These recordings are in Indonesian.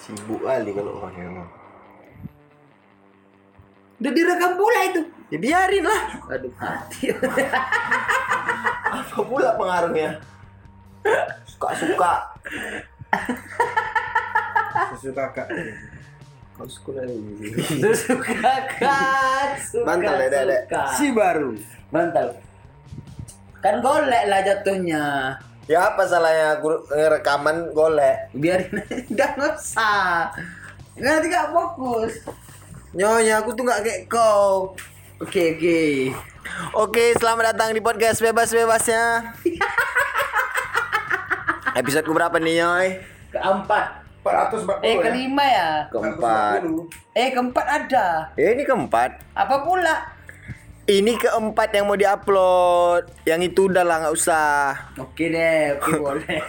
Sibuk kali kalau orangnya emang. Udah direkam pula itu. Ya biarin lah. Aduh mati. Apa pula pengaruhnya? Suka-suka. Sesuka kak. Kau suka lagi. Suka kan. Mantal ya, Dek. Si baru. Mantal. Kan golek lah jatuhnya. Ya apa salahnya aku rekaman golek? Biarin aja, nggak usah. Nanti gak fokus. Nyonya aku tuh gak kayak kau. Oke. Oke, selamat datang di podcast bebas-bebasnya. Episode keberapa nih, Nyoy? Keempat. 440 kelima ya. Keempat. Keempat ada. Ini keempat. Apa pula? Ini keempat yang mau diupload. Yang itu udah lah, nggak usah. Oke deh, boleh.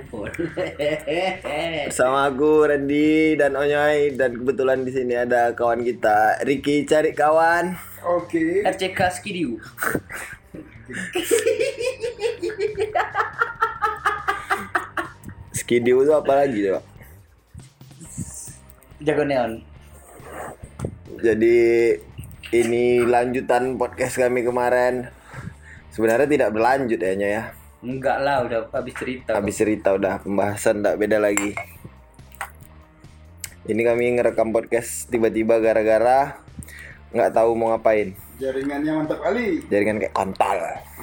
Bersama aku Randy dan Onyoy, dan kebetulan di sini ada kawan kita Ricky, cari kawan. Oke. RCK Skidiu. Skidio itu apa lagi coba? Jago neon. Jadi ini lanjutan podcast kami kemarin. Sebenarnya tidak berlanjut ya Nyoy ya. Enggak lah, udah habis cerita. Habis cerita udah, pembahasan tak beda lagi. Ini kami ngerekam podcast tiba-tiba gara-gara nggak tahu mau ngapain. Jaringannya mantap kali. Jaringan kayak kontol.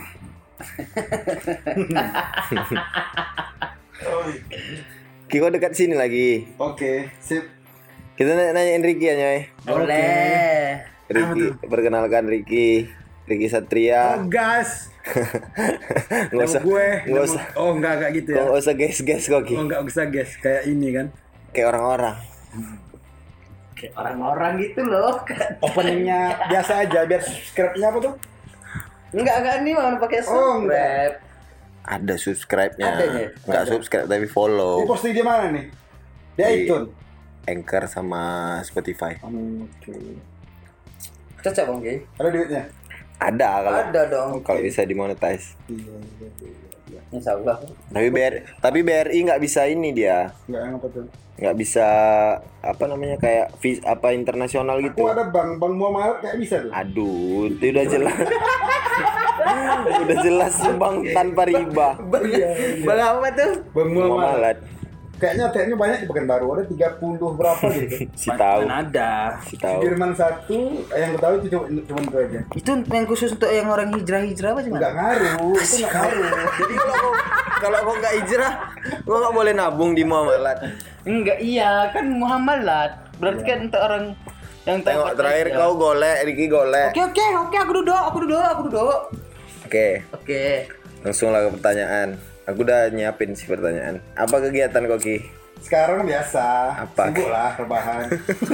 Kiko dekat sini lagi. Oke, sip. Kita nanyain Ricky ya Nyoy. Boleh. Ricky, perkenalkan Ricky Satria. Oh, gas. Nggak usah, gue. nggak usah, Oh, enggak gitu ya. nggak usah guess kok Ki. Oh, enggak usah guys, kayak ini kan. Kayak orang-orang. Kayak orang-orang gitu loh. Openingnya biasa aja, biar subscribe-nya apa tuh? Enggak nih mau pakai Oh, subscribe. Ada subscribe-nya. Adanya? Nggak subscribe tapi follow. Ini posting di mana nih? Di Di iTunes. Anchor sama Spotify. Oke. Cocok Bang Ki? Ada duitnya? Ada kalau Ada dong. kalau bisa dimonetize. Iya. Insyaallah. Tapi BRI nggak bisa ini dia. Enggak yang apa tuh? Nggak bisa apa namanya kayak apa internasional gitu. Aku ada Bang Muhammad kayak bisa tuh. Aduh, itu udah jelas. Udah jelas bang tanpa riba. Bang apa tuh? Bang Muhammad. Muamalat. Kayaknya banyak di Pekanbaru, ada 30 berapa gitu. Si tahu. Ada. Si tahu. Sudirman 1, yang ketahui itu cuma itu aja. Itu yang khusus untuk yang orang hijrah apa gimana? Enggak ngaruh, itu enggak ngaruh. Jadi kalau kau nggak hijrah, kau nggak boleh nabung di Muamalat. Enggak, iya kan Muhammadat. Berarti kan untuk orang yang Tengok terakhir kau golek, Ricky golek. Oke, aku duduk. Oke, langsung lah ke pertanyaan. Aku udah nyiapin sih pertanyaan. Apa kegiatan kau Ki? Sekarang biasa, Apa? sibuk lah rebahan.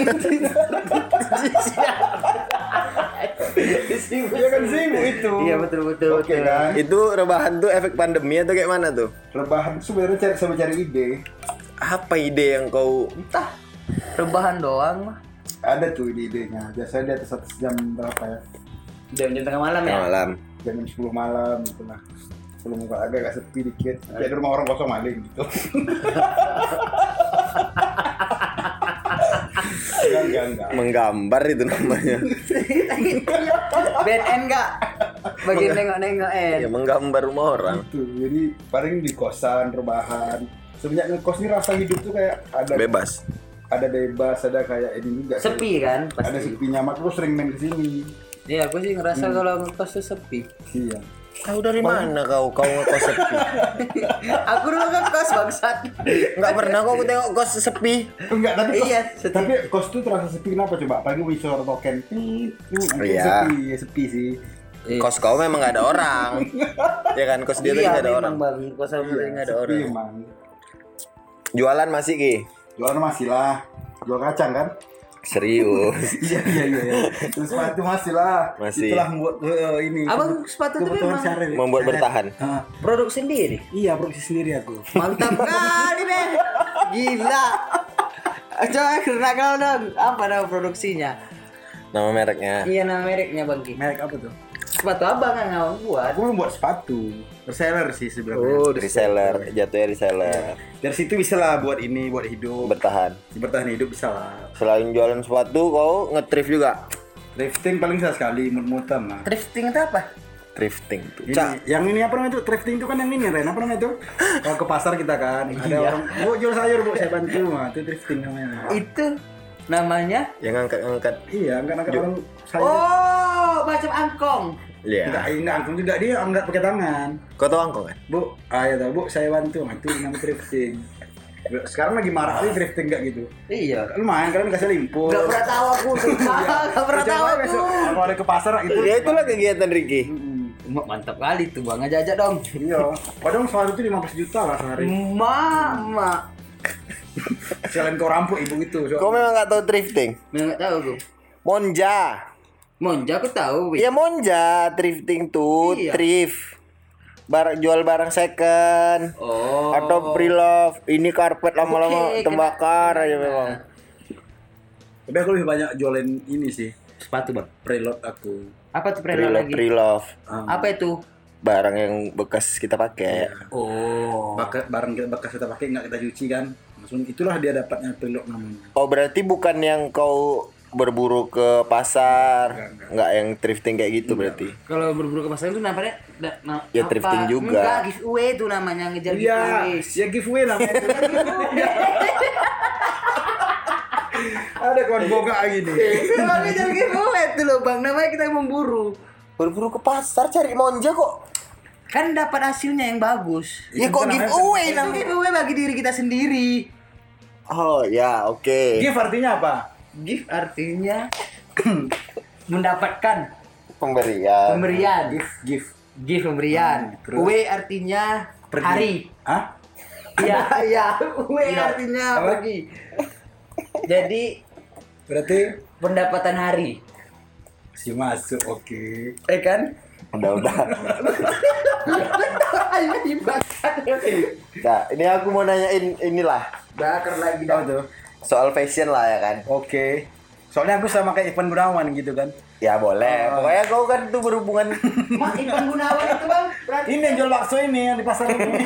Iya kan sibuk itu. Iya betul. Oke kan. Itu rebahan tuh efek pandemi atau kayak mana tuh? Rebahan sebenarnya cari ide. Apa ide yang kau Entah. Rebahan doang mah. Ada tuh ide-idenya. Biasanya di atas jam berapa ya? Jam tengah malam ya. malam? Jam 10 malam gitu lah. Sebelum agak sepi dikit. Kayak di rumah orang kosong maling gitu. Enggak. Menggambar itu namanya. BNN enggak? Bagian nengok-nengok Ya menggambar rumah orang. Gitu. Jadi paling di kosan rebahan. Semenjak ngekos nih rasa hidup tuh kayak ada Bebas. ada bebas, ada kayak ini juga. Sepi kan pasti. Ada sepinya, mak lu sering main kesini. Iya, aku sih ngerasa kalau ngekos tuh sepi. Iya. Tahu dari mana kau ngekos sepi? Aku dulu ngekos bangsat. Nggak pernah kau tengok kos sepi. Enggak, tapi kos, Iya, sepi. tapi kos tuh terasa sepi kenapa coba? Apalagi wisor token. Iya. Sepi sih. Kos kau memang nggak ada orang. Ya kan kos dia tuh Iya, nggak ada orang. memang Bang, kos sama nggak ada Sepi orang. emang. Jualan masih Ki? Jualan masih lah. Jual kacang kan? Serius. Iya. Terus sepatu masih lah. Masih. Itulah membuat ini. Abang sepatu tuh kebutuhan memang sehari. Membuat bertahan. Ah, produk sendiri. iya, produksi sendiri aku. Mantap kali deh. Gila. Coba kenal dong. Apa nama produksinya? Nama mereknya. Iya nama mereknya Bang Ki. Merek apa tuh? Sepatu abang yang ngawang buat. Aku belum buat sepatu. Reseller sih sebenarnya. Oh, Reseller, jatuhnya reseller. Dari situ bisa lah buat ini, buat hidup. Bertahan. Bertahan hidup bisa lah. Selain jualan sepatu, kau nge-thrift juga? Thrifting paling sekali, mut-mutan lah. Thrifting itu apa? Thrifting tuh. Yang ini apa namanya itu? Thrifting itu kan yang ini Ren, apa namanya itu? Kalau ke pasar kita kan, ada orang, bu jual sayur bu, saya bantu, nah, itu thrifting namanya. Itu namanya? Yang angkat-angkat. Iya, angkat orang sayur. Oh, macam angkong. Iya. Enggak angkung juga, dia angkat pakai tangan. Kau tahu angkong kan? Bu, ya tahu bu, saya bantu, nah, itu namanya thrifting. Sekarang lagi marah nih thrifting kayak gitu. Iya. Lumayan kalian kasih limpul. Gak pernah tahu aku, sumpah. Gak pernah tahu Coba aku. besok kalau ada ke pasar itu. Ya itulah kegiatan Ricky. Mantap kali tuh bang, aja dong. Iya. Padahal soal itu 15 juta lah sehari. Mama. Selain kau rampok ibu itu. Kau memang nggak tahu thrifting? Nggak tahu aku. Monja. Monja aku tahu. Iya Monja, thrifting tuh, Iya. thrift. Jual barang second. Oh. Atau pre-love. Ini karpet lama-lama Oke, terbakar aja memang. Tapi aku lebih banyak jualin ini sih. Sepatu bang. Preload aku. Apa tuh preload Pre-love, lagi? pre-love. Apa itu? Barang yang bekas kita pakai. Oh. Barang kita bekas kita pakai nggak kita cuci kan. Langsung itulah dia dapatnya preload namanya. Oh berarti bukan yang kau berburu ke pasar, nggak yang thrifting kayak gitu berarti. Kalau berburu ke pasar itu namanya Ya, thrifting juga. Enggak, giveaway itu namanya, ngejar Iya, giveaway. ya giveaway namanya itu. Ada kawan boga gini. Emang ngejar giveaway itu loh bang, namanya kita memburu. Berburu ke pasar cari Monja kok. Kan dapat hasilnya yang bagus. Ya kok giveaway Itu namanya. giveaway bagi diri kita sendiri. Oh ya oke. Gift artinya apa? Gift artinya mendapatkan Pemberian. pemberian. Gift. Gift pemberian. Terus? Way artinya Pergi. hari. Hah? Iya, iya. Way Iya. artinya Apa? pergi. Jadi Berarti pendapatan hari. si masuk, oke. Kan? Udah. Ayo dibakar. Nah ini aku mau nanyain inilah Bakar lagi Tahu dah. tuh. soal fashion lah ya kan. Oke. Soalnya aku sama kayak Ivan Gunawan gitu kan. Ya boleh. Pokoknya kau kan tuh berhubungan. Mas Ipan Gunawan itu bang. Berarti Ini yang jual bakso ini yang di pasar ini.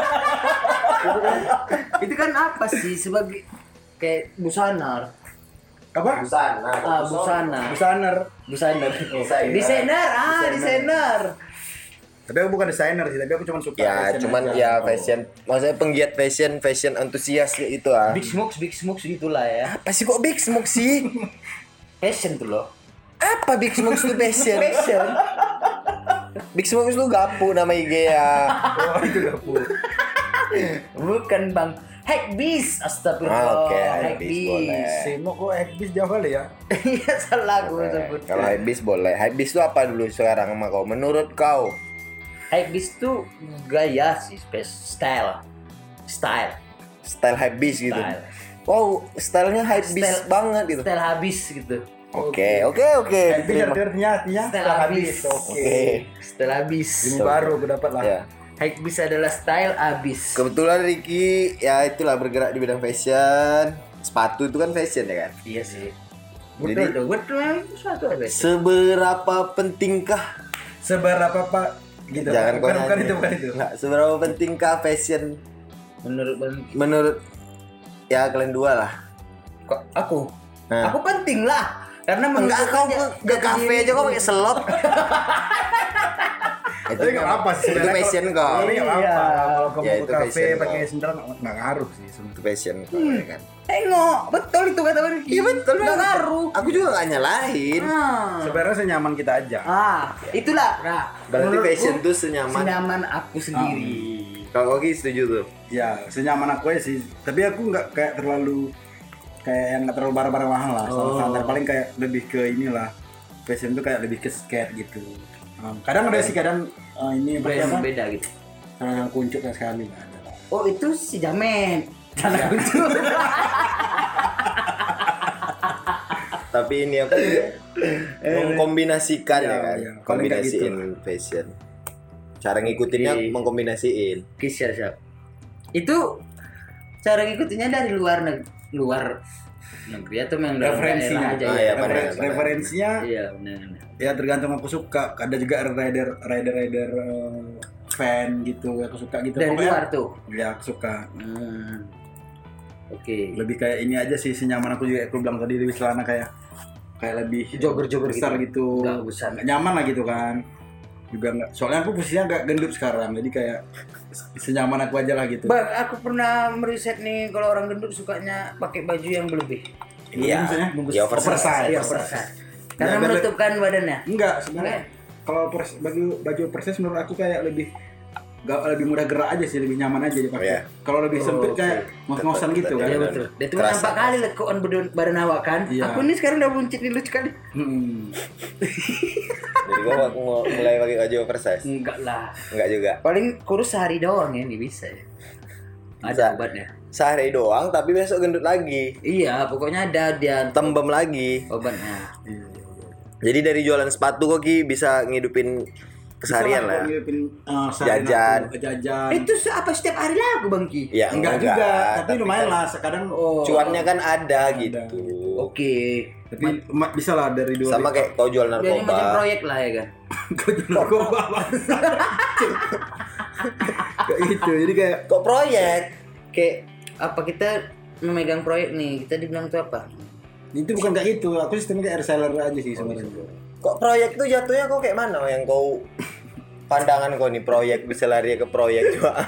itu kan apa sih sebagai kayak busana. Apa? Busana. Busana. Desainer. Desainer. Desainer. Desainer. Desainer. Tapi aku bukan desainer sih, tapi aku cuma suka Ya fashion cuman aja. ya fashion. Maksudnya penggiat fashion antusias kayak gitu ah. Big smokes gitulah ya. Apa sih kok Big Smoke sih? Fashion tuh loh. Apa Big Smoke itu fashion? Fashion. Big Smoke itu gapu nama IG ya. Oh, itu dapur. Bukan bang. Hackbeast. Astagfirullah. Oke, Hypebeast boleh. Simo kok Ekbis jauh kali ya? Iya salah gue sebut. Kalau Hypebeast boleh. Hypebeast itu apa dulu sekarang sama kau? Menurut kau? Hypebeast tuh gaya sih, style. Style Hypebeast gitu. Style. Wow, stylenya Hypebeast Style- banget gitu. Style habis gitu. Oke. Ekbis Terima. artinya Style habis. Oke. Style habis. Ini baru aku dapat lah. Ya. Hypebeast adalah style habis. Kebetulan Ricky ya itulah bergerak di bidang fashion. Sepatu itu kan fashion ya kan? Iya sih. Jadi- Betul, betul itu suatu habis. Seberapa pentingkah? Seberapa Pak? Gitu. Jangan kau bukan nanya. itu, bukan itu. Nggak, seberapa pentingkah fashion Menurut menurut ya kalian dua lah? kok aku? Nah. Aku penting lah. Karena Enggak, kau ke kafe aja kau pakai selop. Tapi nggak apa sih. Itu fashion kau. Tapi nggak apa. Iya. Kalau kamu Ya, ke itu kafe fashion pakai kok. sendal nggak ngaruh sih Itu sebenarnya. fashion kau ya kan? Tengok, betul itu kata Ricky. Iya betul, nggak ngaruh. Aku juga nggak nyalahin. Sebenarnya senyaman kita aja. Itulah. Nah, Berarti menurutku, fashion tuh senyaman. senyaman aku sendiri. Kalau Oki setuju tuh. Ya, senyaman aku aja sih. Tapi aku nggak kayak terlalu kayak yang nggak terlalu barang-barang mahal lah. Standar paling kayak lebih ke inilah. Fashion tuh kayak lebih ke skate gitu. Kadang ada sih kadang ini Brand apa? beda gitu. Yang kuncup sekali nggak ada. Oh itu si Jamet. Tanah kuncup. Tapi ini apa? Mengkombinasikan ya kan? Iya, paling kayak gitu. Kombinasiin fashion. Cara ngikutinnya Oke. mengkombinasiin. Kisah siap. Itu cara ngikutinnya dari luar negeri atau memang dalam Referensinya. daerah aja Ah, ya? iya, benar. Referensinya Iya benar. ya tergantung aku suka. Ada juga rider fan gitu, aku suka gitu. Dari Pokoknya- luar tuh. Ya aku suka. Oke. Lebih kayak ini aja sih senyaman aku juga aku bilang tadi lebih celana kayak lebih Jogger-jogger besar gitu. Nggak besar. Nggak nyaman lah gitu kan. Juga nggak. Soalnya aku posisinya agak gendut sekarang, jadi kayak senyaman aku aja lah gitu. Bang, aku pernah meriset nih kalau orang gendut sukanya pakai baju yang berlebih. Iya. Maksudnya? Ya oversize. Iya, oversize. Karena Ya, menutupkan badannya. Enggak, sebenarnya kalau baju oversize menurut aku kayak lebih mudah gerak aja sih, lebih nyaman aja dipakai. Iya. Kalau lebih sempit oke. kayak ngos-ngosan gitu kan. Iya betul. Dia tuh Kerasa, nampak kali lekuan badan awak kan. Iya. Aku ini sekarang udah buncit nih lucu kali. Jadi gua mau mulai pakai baju oversize. Enggak lah. Enggak juga. Paling kurus sehari doang ya, ini bisa ya. Bisa. Ada obatnya. Sehari doang tapi besok gendut lagi. Iya, pokoknya ada dia Tembem lagi. obatnya. Jadi dari jualan sepatu kok Ki bisa ngidupin keseharian lah. Jajan. Jajan. Itu apa setiap hari lagu Bang Ki? Ya Enggak juga, tapi lumayan lah sekarang. Cuannya kan ada gitu. Oke. Tapi bisa lah dari dua. Sama kayak kau jual Jadi macam narkoba. proyek lah ya kan. Kau jual narkoba. Kayak gitu. Jadi kayak Kok proyek? Kayak apa kita memegang proyek nih, kita dibilang itu apa? itu bukan kayak gitu. Aku sistemnya kayak reseller aja sih sebenarnya. Kok proyek tuh jatuhnya kok kayak mana yang kau pandangan kau nih proyek bisa lari ke proyek juga.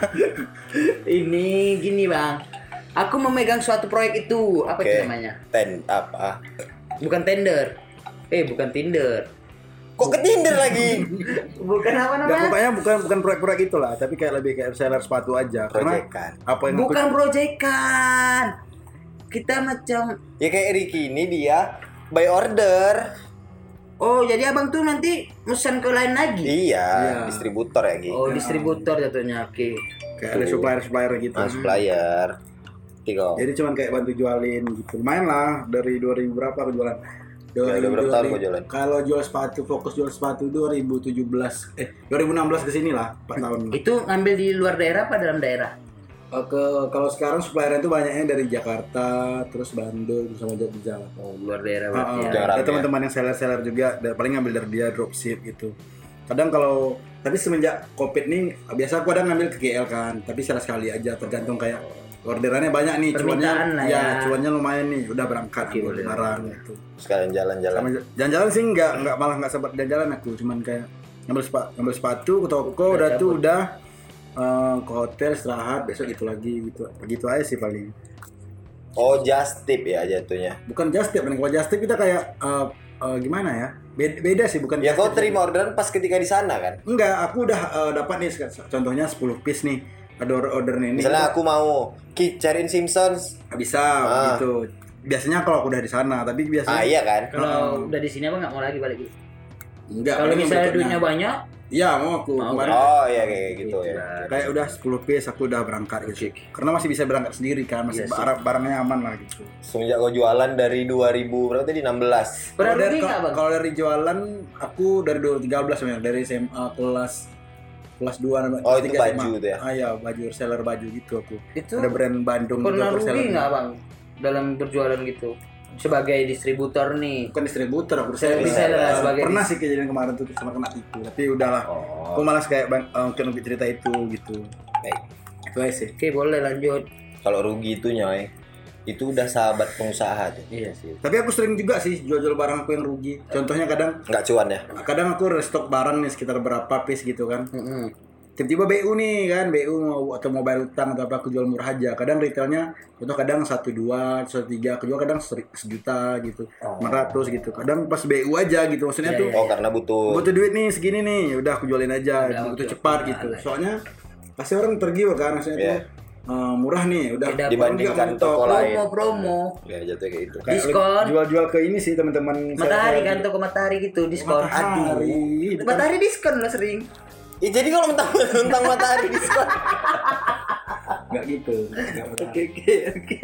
Ini gini Bang. Aku memegang suatu proyek itu, apa itu namanya? Apa? Bukan tender. Bukan Tinder. Kok ke Tinder lagi? Bukan apa Nggak, namanya? pokoknya bukan proyek-proyek itulah, tapi kayak lebih kayak reseller sepatu aja. Proyekan. Karena apa yang Bukan proyekan. Kita macam Ya kayak Ricky ini dia by order. oh, jadi Abang tuh nanti pesan ke lain lagi. Iya, Iya. distributor ya gitu. Oh, distributor jatuhnya. Oke. kayak ada supplier gitu. Supplier. Tiga. Jadi cuman kayak bantu jualin gitu. Lumayan lah dari 2000 berapa aku jualan. Ya, udah berapa tahun kau jualan? Kalau jual sepatu, fokus jual sepatu 2016 2016 ke sini lah, 4 tahun. Itu ngambil di luar daerah apa dalam daerah? Kalau sekarang supplier itu banyaknya dari Jakarta, terus Bandung sama Jogja. Oh, luar daerah berarti ya. Jarang Ada ya. teman-teman yang seller-seller juga, paling ngambil dari dia dropship gitu. Kadang tapi semenjak Covid nih biasa aku kadang ngambil ke GL kan, tapi sekali aja tergantung kayak orderannya banyak nih, Permintaan lah ya. cuannya lumayan nih, udah berangkat Oke, ambil boleh. barang gitu. Sekalian jalan-jalan. Sama jalan-jalan sih malah nggak sempat jalan-jalan aku, cuman kayak ngambil sepatu ke toko, udah ke hotel istirahat, besok gitu lagi gitu aja sih paling. Oh, just tip ya jatuhnya. Bukan just tip, kalau just tip kita kayak gimana ya, beda sih, bukan Ya just kau tip. terima orderan pas ketika di sana kan? Enggak, aku udah dapat nih contohnya 10 piece nih, ada ordernya ini. Misalnya aku mau Ki cariin Simpsons. Bisa gitu. Biasanya kalau aku udah di sana, tapi biasanya Iya kan? Kalau udah di sini Abang nggak mau lagi balik. enggak. Kalau paling misalnya bentuknya. duitnya banyak, Iya, mau aku kemarin Oh iya kayak gitu ya. kayak udah 10 piece aku udah berangkat gitu. Karena masih bisa berangkat sendiri kan, masih barangnya aman lah gitu. Semenjak kau jualan dari 2000 berapa tadi 16. pernah Kalau dari, rugi nggak Bang? kalau dari jualan aku dari 2013 sebenarnya, dari SMA kelas 2 Oh, kelas itu 3 baju SMA. tuh ya? Iya, baju reseller baju gitu aku. Itu Ada brand Bandung pernah gitu, rugi nggak Bang dalam berjualan gitu? Sebagai distributor nih. Bukan distributor, aku Reseller lah sebagai pernah sih kejadian kemarin tuh sama kena tipu, tapi udahlah. Aku malas kayak mungkin cerita itu gitu. Itu aja sih. Oke, boleh lanjut. Kalau rugi itu nyoy, itu udah sahabat pengusaha tuh. Iya sih. Tapi aku sering juga sih jual-jual barang aku yang rugi. Contohnya Nggak cuan ya? kadang aku restock barang nih sekitar berapa piece gitu kan. Tiba-tiba BU nih kan, BU atau mau bayar utang atau apa, aku jual murah aja. Kadang retailnya contoh kadang 1,2, 1,3, aku jual kadang 1 juta gitu, 400 gitu. Kadang pas BU aja gitu, maksudnya tuh Oh karena butuh. butuh duit nih segini nih, udah aku jualin aja, Udah, butuh oke, cepat oke. gitu. Soalnya pasti orang tergiur kan, maksudnya Iya. tuh murah nih, udah Beda dibandingkan orang nggak toko mentok. lain. Promo. Ya jatuhnya kayak itu. Kayak Diskon. jual-jual ke ini sih teman-teman Matahari saya. kan, toko matahari gitu, diskon. Matahari. Matahari diskon lah sering. Jadi kalau mentang matahari diskon. Enggak gitu. Oke.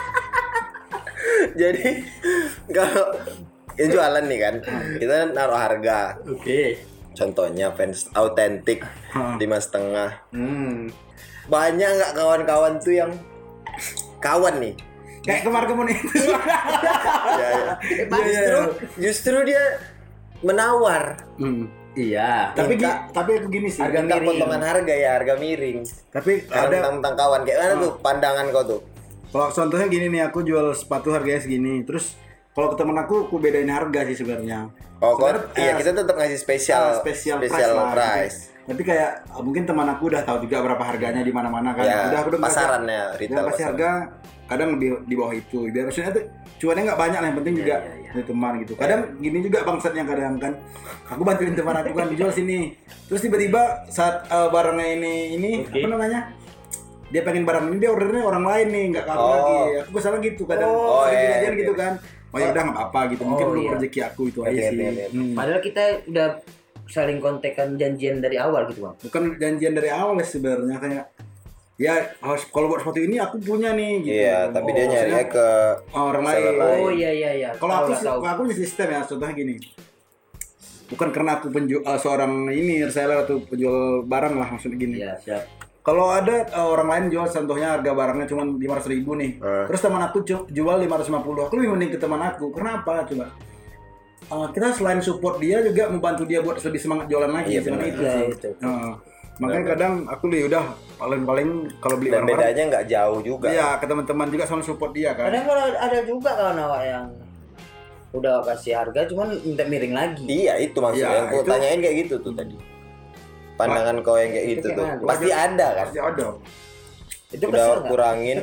Jadi kalau yang jualan nih kan, kita naruh harga. Oke. Contohnya fans autentik 5,5. Banyak nggak kawan-kawan tuh yang kawan nih? Kayak kemarin itu. Ya. Justru dia menawar. Iya. Tapi Minta- tapi aku gini sih. Harga Minta miring. potongan harga ya, harga miring. Tapi Karena ada tentang kawan kayak mana tuh pandangan kau tuh? kalau contohnya gini nih, aku jual sepatu harganya segini. Terus kalau ke temen aku bedain harga sih sebenarnya. Oh, kok Sebenarnya, iya kita tetap ngasih spesial special price. price. Tapi kayak mungkin teman aku udah tahu juga berapa harganya di mana-mana kan. Ya, Udah aku udah pasarannya, retail Dia kasih pasaran. harga kadang lebih di bawah itu. Biar maksudnya tuh cuannya nggak banyak lah, yang penting juga dari teman gitu. Kadang gini juga bangsat yang kadang kan. Aku bantuin teman aku kan dijual sini. Terus tiba-tiba saat barangnya ini apa namanya? Dia pengen barang ini, dia ordernya orang lain nih, nggak ke aku Oh. lagi. Aku kesana gitu kadang. Oh, sering iya, kejadian iya. gitu kan. Oh ya udah nggak apa-apa gitu. Mungkin Oh, belum iya. rezeki aku itu Ngerti, aja sih. ngerti, ngerti. Padahal kita udah saling kontekan janjian dari awal gitu bang. Bukan janjian dari awal ya sebenarnya, kayak ya harus kalau buat sepatu ini aku punya nih gitu. Iya, tapi dia nyarinya ke orang lain. seller lain. Oh iya. Kalau aku Tahu. aku punya sistem ya, contohnya gini. Bukan karena aku seorang ini reseller atau penjual barang lah, maksudnya gini. Iya siap. Kalau ada orang lain jual, contohnya harga barangnya cuma 500.000 nih. Terus teman aku jual 550. Aku lebih mending ke teman aku. Kenapa? Coba. Kita selain support dia juga membantu dia buat lebih semangat jualan lagi. Iya, Cuma benar. itu Iya, sih. itu. Makanya kadang aku udah paling kalau beli dan barang-barang, bedanya nggak jauh juga. iya ke teman-teman juga sama support dia kan. Kadang kalau ada juga kawan awak yang udah kasih harga cuman minta miring lagi. Iya, itu maksudnya Iya, yang kau itu- tanyain kayak gitu tuh tadi. Pandangan kau yang kayak Itu gitu kayak tuh. mana? Pasti ada kan? Pasti ada. Itu Udah kesel nggak? kurangin.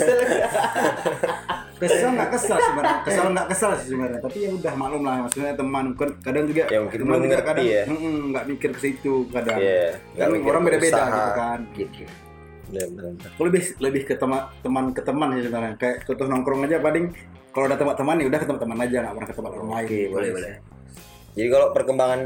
Kesel nggak kesel sebenarnya, kesel nggak kesel sih sebenarnya, tapi ya udah maklum lah, maksudnya teman kan kadang juga Ya, mungkin teman belum juga ngerti kadang ya. nggak mikir ke situ kadang. Iya, nggak Kan mikir orang beda-beda usaha. gitu kan. Gitu. Benar-benar. Aku lebih ke teman ke teman sih sebenarnya, kayak contoh nongkrong aja paling kalau ada teman-teman ya udah ke teman aja, nggak pernah ke tempat orang lain. Oke, boleh. Jadi kalau perkembangan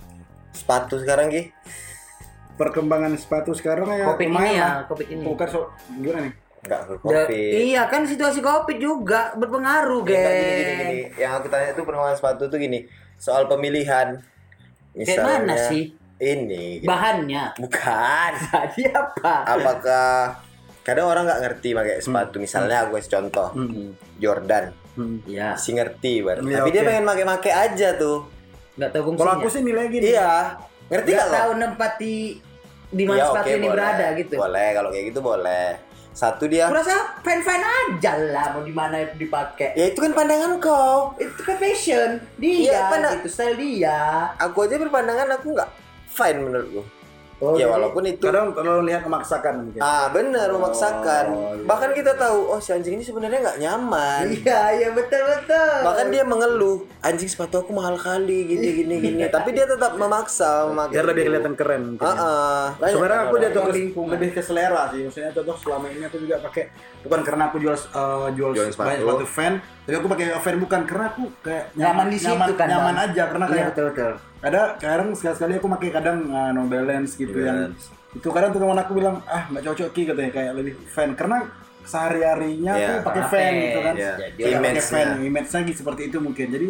sepatu sekarang Ki, Perkembangan sepatu sekarang ya Covid ini lumayan ya, lah. Covid ini. Bukan gimana nih? nggak ke Da- Covid. iya kan situasi Covid juga berpengaruh, Nggak, geng. gini. Yang aku tanya itu perkembangan sepatu tuh gini, soal pemilihan. Kayak mana sih? Ini Bahannya. bukan. Tadi apa? Apakah kadang orang nggak ngerti pakai sepatu, misalnya aku kasih contoh Jordan, Iya. si ngerti baru. Iya, Tapi dia oke. pengen pakai aja tuh. Nggak tahu Kalau fungsinya. aku sih nilai gini. Iya, ngerti Nggak nggak tahu lo? nempati di mana Ya, sepatu oke, ini boleh. berada gitu. Boleh, kalau kayak gitu boleh. Satu dia, Aku rasa fine-fine aja lah mau di mana dipakai. ya itu kan pandangan kau. Itu kan fashion dia, Iya, mana- itu style dia. Aku aja berpandangan aku nggak fine menurutku. Oh, Ya jadi- walaupun itu Kadang terlalu lihat memaksakan mungkin. benar memaksakan. iya. Bahkan kita tahu, oh si anjing ini sebenarnya nggak nyaman. Iya betul. Bahkan dia mengeluh, anjing sepatu aku mahal kali gini. Tapi dia tetap memaksa memakai. Biar lebih itu. kelihatan keren. mungkin ya. Banyak Sebenarnya kan aku orang. jatuh lebih ke selera sih. Maksudnya contoh selama ini aku juga pakai, bukan karena aku jual Jual sepatu. banyak sepatu fan, tapi aku pakai fan bukan karena aku kayak Nyaman di situ kan, nyaman Bang. aja karena Iya kayak betul. kadang sekali-sekali aku pakai kadang no balance gitu New yang Balance. itu kadang tuh teman aku bilang nggak cocok Ki katanya, kayak lebih fan karena sehari-harinya Iya, aku pakai karena fan fan, gitu kan. iya. Jadi pakai Image-nya. fan, image-nya gitu seperti itu mungkin. Jadi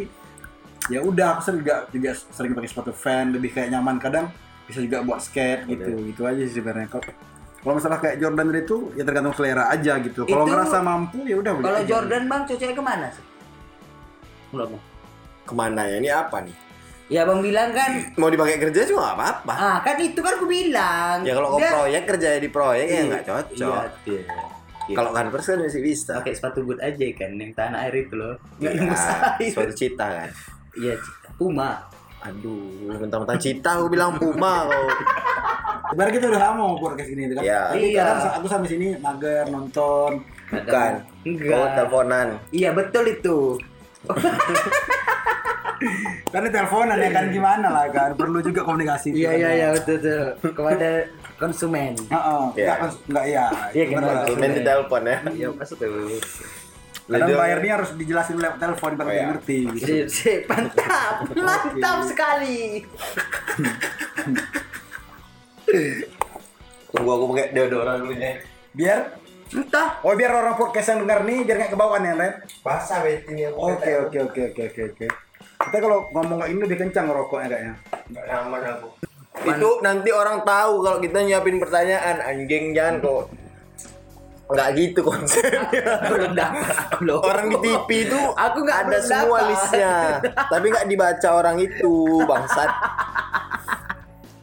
ya udah aku juga sering pakai sepatu fan, lebih kayak nyaman, kadang bisa juga buat skate gitu. Itu aja sih sebenarnya. Kalau masalah kayak Jordan itu ya tergantung selera aja gitu. Kalau Itu- ngerasa mampu ya udah beli Kalau aja. Jordan bang cocoknya kemana sih? Belum. Kemana ya? Ini apa nih? Ya bang bilang kan, Mau dipakai kerja juga nggak apa-apa. kan itu kan aku bilang. Ya kalau kau Dia- proyek kerja di proyek ya nggak cocok. Iya. Kalau Converse kan masih bisa. Pakai sepatu boot aja kan yang tahan air itu loh. Nggak Iya, nembus air. sepatu cita kan. Iya, Puma. Aduh, mentang-mentang cita aku bilang Puma kau. Sebenarnya kita udah lama mau podcast ini kan. Iya. Tapi Iya. kadang aku sampai sini mager nonton. Bukan. Enggak. Oh, teleponan. Iya betul itu. Karena teleponan ya kan, gimana lah kan, perlu juga komunikasi. Iya betul. Kepada konsumen. Heeh. Iya. Enggak ya. Iya, Bener gimana? lah. Konsumen di telepon ya. Iya pas tuh. Kadang Dia- bayarnya harus dijelasin lewat telepon biar Oh, dia iya. ngerti. Gitu. Sip, mantap sekali. Tunggu aku pakai deodoran dulu nih. Biar Entah. biar orang podcast yang dengar nih biar nggak kebawaan ya, Ren. Basah bet ini aku. Oke. Kita kalau ngomong kayak ini lebih kencang rokoknya kayaknya. Nggak nyaman aku. Itu nanti orang tahu kalau kita nyiapin pertanyaan, anjing jangan kok. Nggak gitu konsepnya. Belum dapat belum. Orang di TV itu Aku nggak ada belum semua dapat. listnya, tapi nggak dibaca orang itu, bangsat.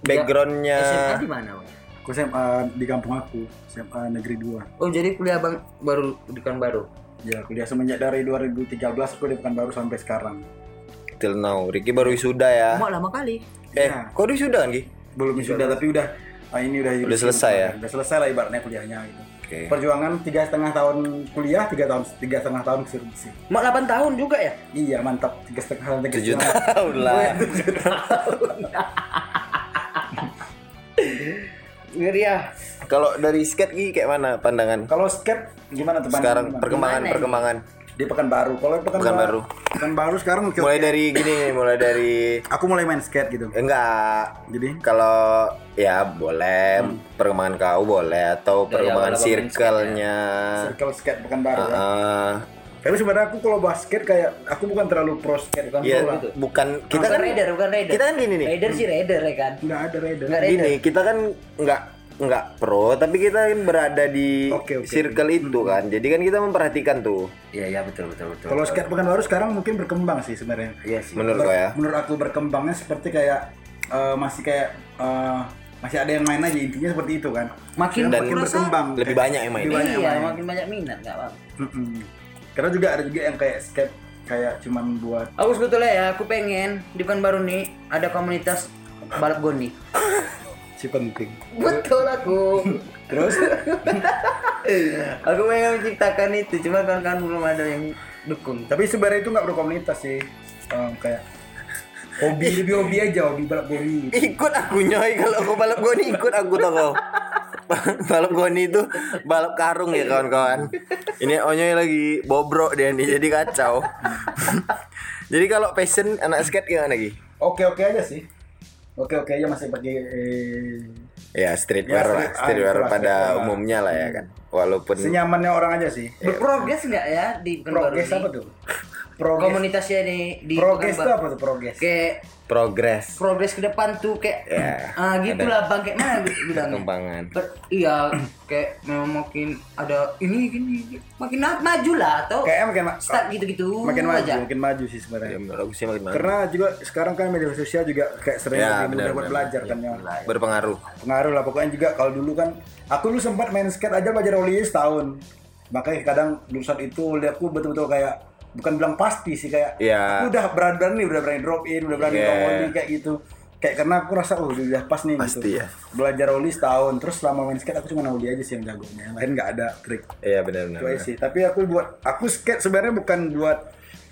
backgroundnya. SMA di mana, Bang? Aku SMA di kampung aku, SMA Negeri 2. Oh, jadi kuliah Bang baru di Pekanbaru. Ya, kuliah semenjak dari 2013 aku di Pekanbaru sampai sekarang. Till now. Ricky baru wisuda ya. Mau lama kali. Ya. Kok udah wisuda kan Ki? Belum sudah tapi udah ini udah selesai ya? Udah selesai lah ibaratnya kuliahnya gitu. Oke. Perjuangan 3,5 tahun kuliah, 3,5 tahun skripsi. Mak 8 tahun juga ya? Iya, mantap. 3,5 tahun. 7 tahun lah. Ngeri ya. Kalau dari skate Ki kayak mana pandangan? Kalau skate gimana tuh? Sekarang Gimana? perkembangan Di Pekanbaru. Kalau Pekanbaru. Pekanbaru sekarang Mulai dari gini, mulai dari aku mulai main skate gitu. enggak. Jadi Kalau ya boleh perkembangan kau boleh atau perkembangan awal abang main circle-nya. circle skate Pekanbaru ya. Heeh. Tapi sebenarnya aku kalau basket kayak aku bukan terlalu pro skate kan. Iya, pro lah. bukan kita Bukan kan raider, bukan raider. kita kan gini nih. Raider sih raider ya kan. Nggak ada rider. Nggak raider. Gini, kita kan nggak pro, tapi kita kan berada di Oke. circle itu kan. Jadi kan kita memperhatikan tuh. Iya, betul. Kalau skate Pekanbaru sekarang mungkin berkembang sih sebenarnya. Iya sih. Menurut kau ya? Menurut aku berkembangnya seperti kayak masih ada yang main aja, intinya seperti itu kan. Makin Dan Makin kurasa- berkembang. Lebih banyak yang main. Lebih banyak yang Iya, main. makin banyak minat enggak, Bang? Mm-mm. Karena juga ada juga yang kayak skate kayak cuman buat Aku sebetulnya ya, aku pengen di Pekanbaru nih ada komunitas balap goni. si penting. Betul aku. Terus Aku pengen menciptakan itu, cuma kan belum ada yang dukung. tapi sebenarnya itu nggak berkomunitas sih. Kayak lebih hobi aja, hobi balap goni. Ikut aku nyoy, kalau aku balap goni ikut aku tau kau. Balap goni itu balap karung ya kawan-kawan. Ini Onyoy lagi bobrok dia nih, jadi kacau. Jadi kalau passion anak skate gimana lagi? Oke aja sih. Oke aja masih pakai Ya streetwear Ya, lah, streetwear itulah, pada streetwear lah. umumnya lah ya kan. Walaupun senyamannya orang aja sih. Berprogres enggak ya di Pekanbaru? Progres ini? apa tuh? Progres. Komunitasnya di Progres itu Pekanbaru. apa tuh progres? Kayak progres, progres ke depan tuh kayak Ya, gitulah Bang, kayak mana bilang. perkembangan. Iya, kayak memang makin ada ini gini makin maju lah atau Kayaknya makin start gitu-gitu makin aja. maju sih Ya sebenarnya. menurut aku sih makin maju. Karena juga sekarang kan media sosial juga kayak sering Ya, lebih mudah benar, buat benar. belajar kan ya. Berpengaruh. Pengaruh lah pokoknya juga kalau dulu kan aku dulu sempat main skate aja belajar ollie setahun. Makanya kadang dulu saat itu aku betul-betul kayak bukan bilang pasti sih kayak Ya. aku udah berani drop in, udah berani Yeah. drop ollie kayak gitu. Kayak karena aku rasa udah pas nih Pasti gitu. ya. Belajar ollie setahun terus selama main skate aku cuma ollie aja sih yang jagonya. Yang lain nggak ada trik. Iya benar-benar. Itu aja sih. Tapi aku skate sebenarnya bukan buat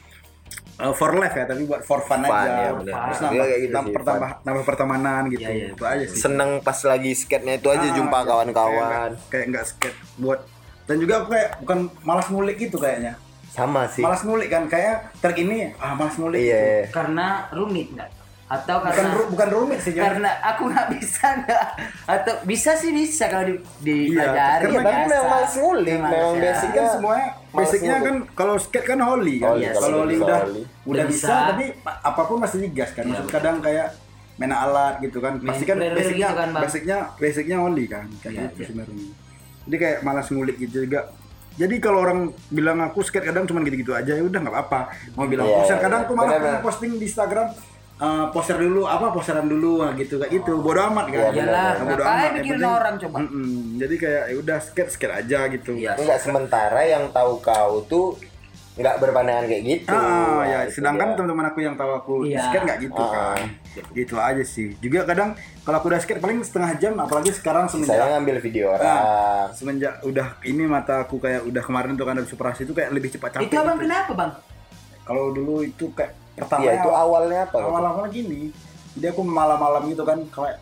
for life ya, tapi buat for fun, Fun, aja. ya, benar. Terus Iya, nambah, kayak gitu sih, nambah pertemanan gitu. Iya, iya. Itu aja sih. Seneng pas lagi skate-nya itu aja jumpa kawan-kawan. Kayak nggak skate buat dan juga aku kayak bukan malas ngulik gitu kayaknya. Sama sih. Malas ngulik kan kayak trik ini malas ngulik. Gitu. Iya. Karena rumit enggak? Atau karena Bukan rumit sih. Jon. karena aku nggak bisa nggak atau bisa sih bisa kalau dipelajari Iya, Tapi memang malas ngulik, memang basic Kan semuanya basicnya kan kalau skate kan holy kan. Holy, Kalau holy udah holy. udah Udah bisa, bisa. tapi apapun masih digas kan. Maksud kadang kayak main alat gitu kan. Pasti kan Main basicnya gitu kan, Bang. basicnya holy kan. Kayak Iya, gitu iya. sebenarnya. Jadi kayak malas ngulik gitu juga. Jadi kalau orang bilang aku skate kadang cuma gitu-gitu aja ya udah nggak apa-apa. Mau bilang Iya, poster iya, kadang iya. aku malah Benar-benar. posting di Instagram posteran dulu gitu kayak gitu. Bodo amat kan. Iya, Iyalah, Bodo ngapain amat, yang mikirin penting- orang coba. Jadi kayak ya udah skate aja gitu. Iya. Enggak, sementara yang tahu kau tuh nggak berpandangan kayak gitu. Ah, ya, Itu sedangkan dia. teman-teman aku yang tahu aku Iya. skate nggak gitu kan. Gitu aja sih. Juga kadang kalau aku udah skate paling setengah jam, apalagi sekarang saya semenjak ngambil video orang. semenjak udah ini mata aku kayak udah kemarin tuh kan ada operasi itu kayak lebih cepat capek. Itu abang gitu. kenapa bang? Kalau dulu itu kayak pertama Iya, itu awalnya apa? awal-awal gini. Jadi aku malam-malam gitu kan kayak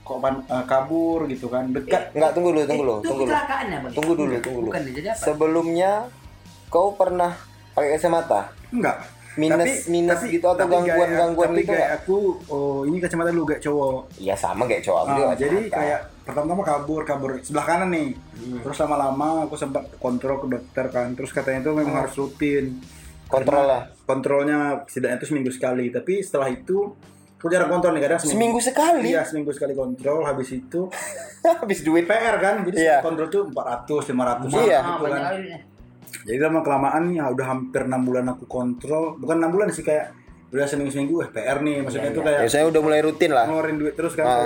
kabur gitu kan dekat. Enggak, tunggu dulu. Itu Tunggu dulu. kecelakaan ya bang? Tunggu dulu. Bukan ya, jadi apa? Sebelumnya kau pernah pakai kacamata? Enggak. Minus gitu atau gangguan-gangguan tapi gitu kayak nggak? aku ini kacamata dulu kayak cowok. Iya sama kayak cowok. aku juga Jadi kacamata. kayak pertama-tama kabur sebelah kanan nih. Terus lama-lama aku sempat kontrol ke dokter kan. Terus katanya itu memang harus rutin. kontrol lah. Kontrolnya setidaknya itu seminggu sekali. Tapi setelah itu aku jarang kontrol nih kadang Seminggu sekali. Iya, seminggu sekali kontrol. Habis itu Habis duit. PR kan. Jadi Iya. kontrol tuh 400, 500 Iya. gitu banyak kan. kali nih. Jadi lama kelamaan nih udah hampir 6 bulan aku kontrol. Bukan 6 bulan sih kayak udah seminggu-seminggu PR nih. Maksudnya itu kayak Ya saya udah mulai rutin lah. ngeluarin duit terus kan kayak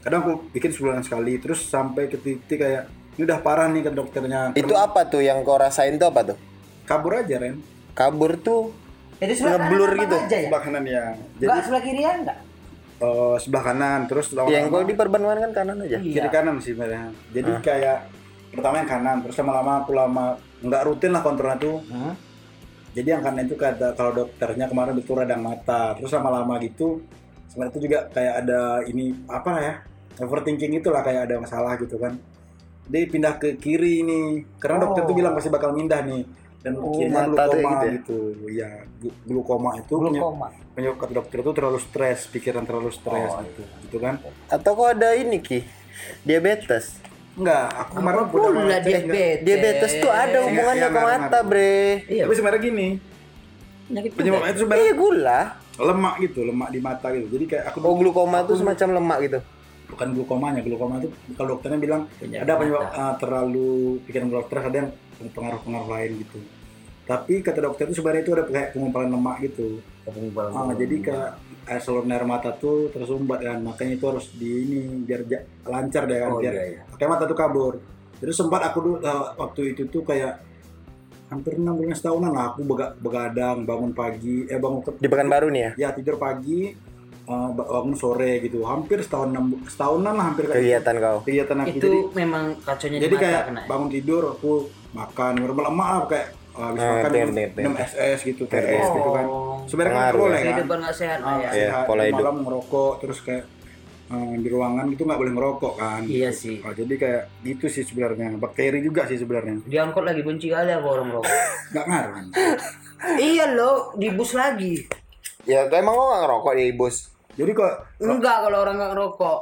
Kadang aku bikin sebulan sekali, terus sampai ke titik kayak ini udah parah nih ke dokternya. Itu apa tuh yang kau rasain tuh apa tuh? Kabur aja Ren. Kabur tuh Jadi sebelah ngeblur kanan gitu. aja ya? Sebelah kanan ya. Jadi Enggak sebelah kiri ya enggak? sebelah kanan, terus yang kau lama-lama di perbanuan kan kanan aja. kiri kanan sih sebenarnya. Jadi kayak pertama yang kanan, terus lama-lama aku nggak rutin lah kontrolnya tuh. Jadi yang kanan itu kata kalau dokternya kemarin betul radang mata, terus lama-lama gitu sebenarnya itu juga kayak ada ini apa ya, overthinking itulah, kayak ada masalah gitu kan. Dia pindah ke kiri ini karena dokter tuh bilang pasti bakal pindah nih, dan kirinya mata tuh glukoma gitu ya? gitu ya. Glukoma itu Glukoma. penyebab dokter itu terlalu stres, pikiran terlalu stres gitu kan. Atau kok ada ini Ki? Diabetes. Enggak, aku kemarin Pula cek, diabetes. Diabetes tuh ada hubungannya ke mata, Bre. Iya. tapi sebenarnya gini, Penyakit penyebabnya itu sebenarnya Iya gula. lemak gitu, lemak di mata gitu. Jadi kayak aku Oh, glukoma tuh semacam lemak gitu. bukan glukomanya, glukoma itu kalau dokternya bilang Penyakit ada penyebab terlalu pikiran dokter, ada yang pengaruh-pengaruh lain gitu. Tapi kata dokter itu sebenarnya itu ada kayak pengumpulan lemak gitu. Jadi kayak saluran air mata tuh tersumbat kan, makanya itu harus di ini biar lancar deh kan, biar pakai mata tuh kabur. Jadi sempat aku dulu waktu itu tuh kayak hampir 6 bulan setahunan lah aku begadang, bangun pagi, bangun Di Pekanbaru nih ya. ya tidur pagi, bangun sore gitu, hampir setahunan lah hampir kayak Kegiatan kau. kegiatan aku. itu memang kacaunya Jadi di mata kayak kena. bangun tidur aku makan lemak lah, kayak habis makan minum SS gitu, TS gitu kan. Sebenarnya kan Pengaruh boleh ya. kan. Kehidupan nggak sehat lah ya. Iya, Sehat, pola hidup. malam ngerokok, terus kayak di ruangan gitu nggak boleh ngerokok kan. Iya sih. Jadi kayak gitu sih sebenarnya, bakteri juga sih sebenarnya. Di angkot lagi benci kali aku orang rokok. Nggak ngaruh kan. Iya loh, di bus lagi. Ya, tuh emang kau nggak ngerokok di bus? Jadi kok Enggak kalau orang nggak ngerokok.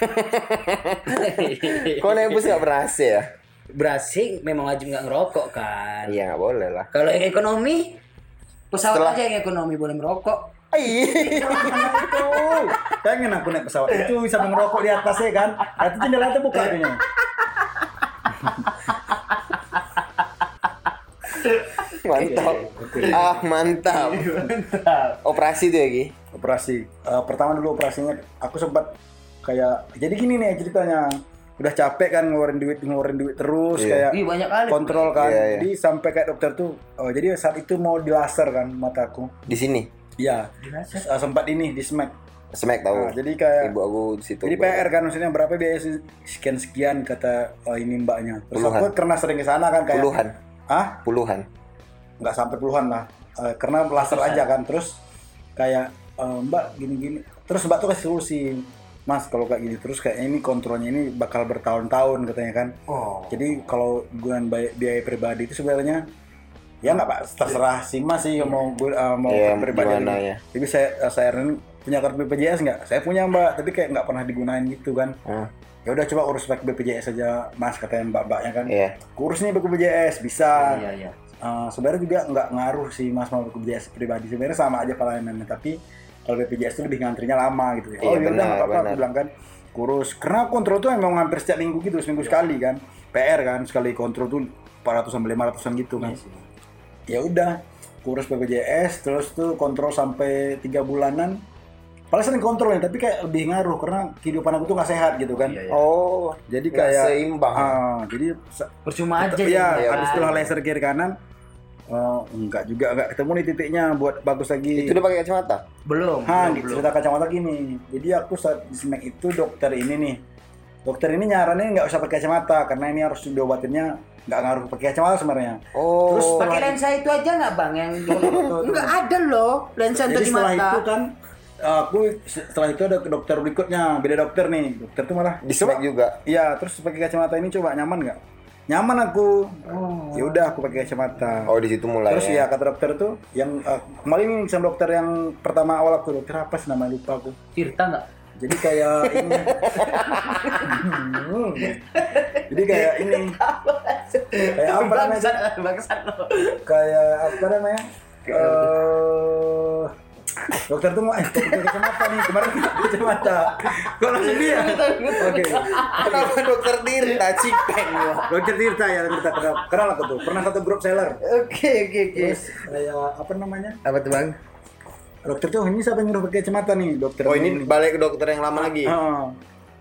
Kau naik bus nggak pernah AC ya? Berasing memang wajib nggak ngerokok kan. Iya, nggak boleh lah. Kalau yang ekonomi, pesawat aja yang ekonomi boleh merokok. Iya. pengen aku naik pesawat itu bisa ngerokok di atasnya kan. Itu jendela itu buka itunya. Mantap. Ah, mantap. Operasi tuh ya, Ki? Operasi. Pertama dulu operasinya aku sempat kayak jadi gini nih ceritanya. Udah capek kan ngeluarin duit terus kayak Ih, banyak kali. kontrol kan. Iya, iya. Jadi sampai kayak dokter tuh jadi saat itu mau dilaser kan mataku. Di sini. Iya. Sempat ini di smack. Smack tahu. Nah, jadi kayak Ibu aku di situ. jadi PR kan, maksudnya berapa biaya sekian kata ini mbaknya. Terus Puluhan. aku karena sering ke sana kan kayak Puluhan. Puluhan. nggak sampai puluhan lah. Karena laser aja kan. Terus kayak mbak gini-gini. Terus mbak tuh kasih solusi. Mas kalau kayak gini terus kayaknya ini kontrolnya ini bakal bertahun-tahun katanya kan. Jadi kalau gunakan biaya pribadi itu sebenarnya ya nggak pak, terserah si Mas sih mau Iya, pribadi. gimana ya. Jadi saya punya kartu BPJS nggak? Saya punya mbak, tapi kayak nggak pernah digunain gitu kan. Ya udah coba urus pakai BPJS aja Mas katanya mbak-mbaknya kan. Iya. Kurus nih pakai BPJS bisa. Iya. Sebenarnya juga nggak ngaruh sih Mas mau pakai BPJS pribadi, sebenarnya sama aja pelayanannya, tapi kalau BPJS itu lebih ngantrinya lama gitu ya. Iya, Ya udah benar, nggak apa-apa, benar. aku bilang kan kurus. Karena kontrol tuh emang hampir setiap minggu gitu, seminggu sekali kan. PR kan sekali kontrol tuh 400 sampai 500-an gitu kan. Ya udah kurus BPJS terus tuh kontrol sampai 3 bulanan. Paling sering kontrol ya, tapi kayak lebih ngaruh karena kehidupan aku tuh nggak sehat gitu kan. Oh, Jadi nggak kayak seimbang. jadi Percuma aja. ya ya. habis setelah laser kiri kanan enggak ketemu nih titiknya buat bagus lagi. itu udah pakai kacamata? Belum. Cerita kacamata gini. Jadi aku saat di smack itu dokter ini nyaranin nggak usah pakai kacamata karena ini harus diobatinnya nggak ngaruh pakai kacamata sebenarnya. Oh. Terus Pakai lensa itu aja nggak bang yang nggak ada loh lensa untuk Jadi di setelah mata. itu kan aku setelah itu ada ke dokter berikutnya, beda dokter nih. Dokter tuh malah Di smack juga. Iya, terus pakai kacamata ini coba nyaman nggak? Nyaman aku. Ya udah aku pakai kacamata. Oh, di situ mulai. Terus ya kata dokter tuh yang kemarin ini sama dokter yang pertama awal aku, dokter apa sih namanya lupa aku. Tirta nggak? Jadi kayak ini. Jadi kayak ini. Kayak apa namanya? Bangsat lo. Kayak apa namanya? Dokter tuh mau pakai kacamata nih, kemarin pakai kacamata. Kok langsung dia? Oke. Kenapa dokter Tirta Cipeng lo? Dokter Tirta ya, Tirta kenal aku tuh. Pernah satu grup seller. Oke. Terus kayak apa namanya? Apa tuh bang? Dokter tuh ini siapa yang nyuruh pakai kacamata nih, dokter. Oh, ini balik ke dokter yang lama lagi.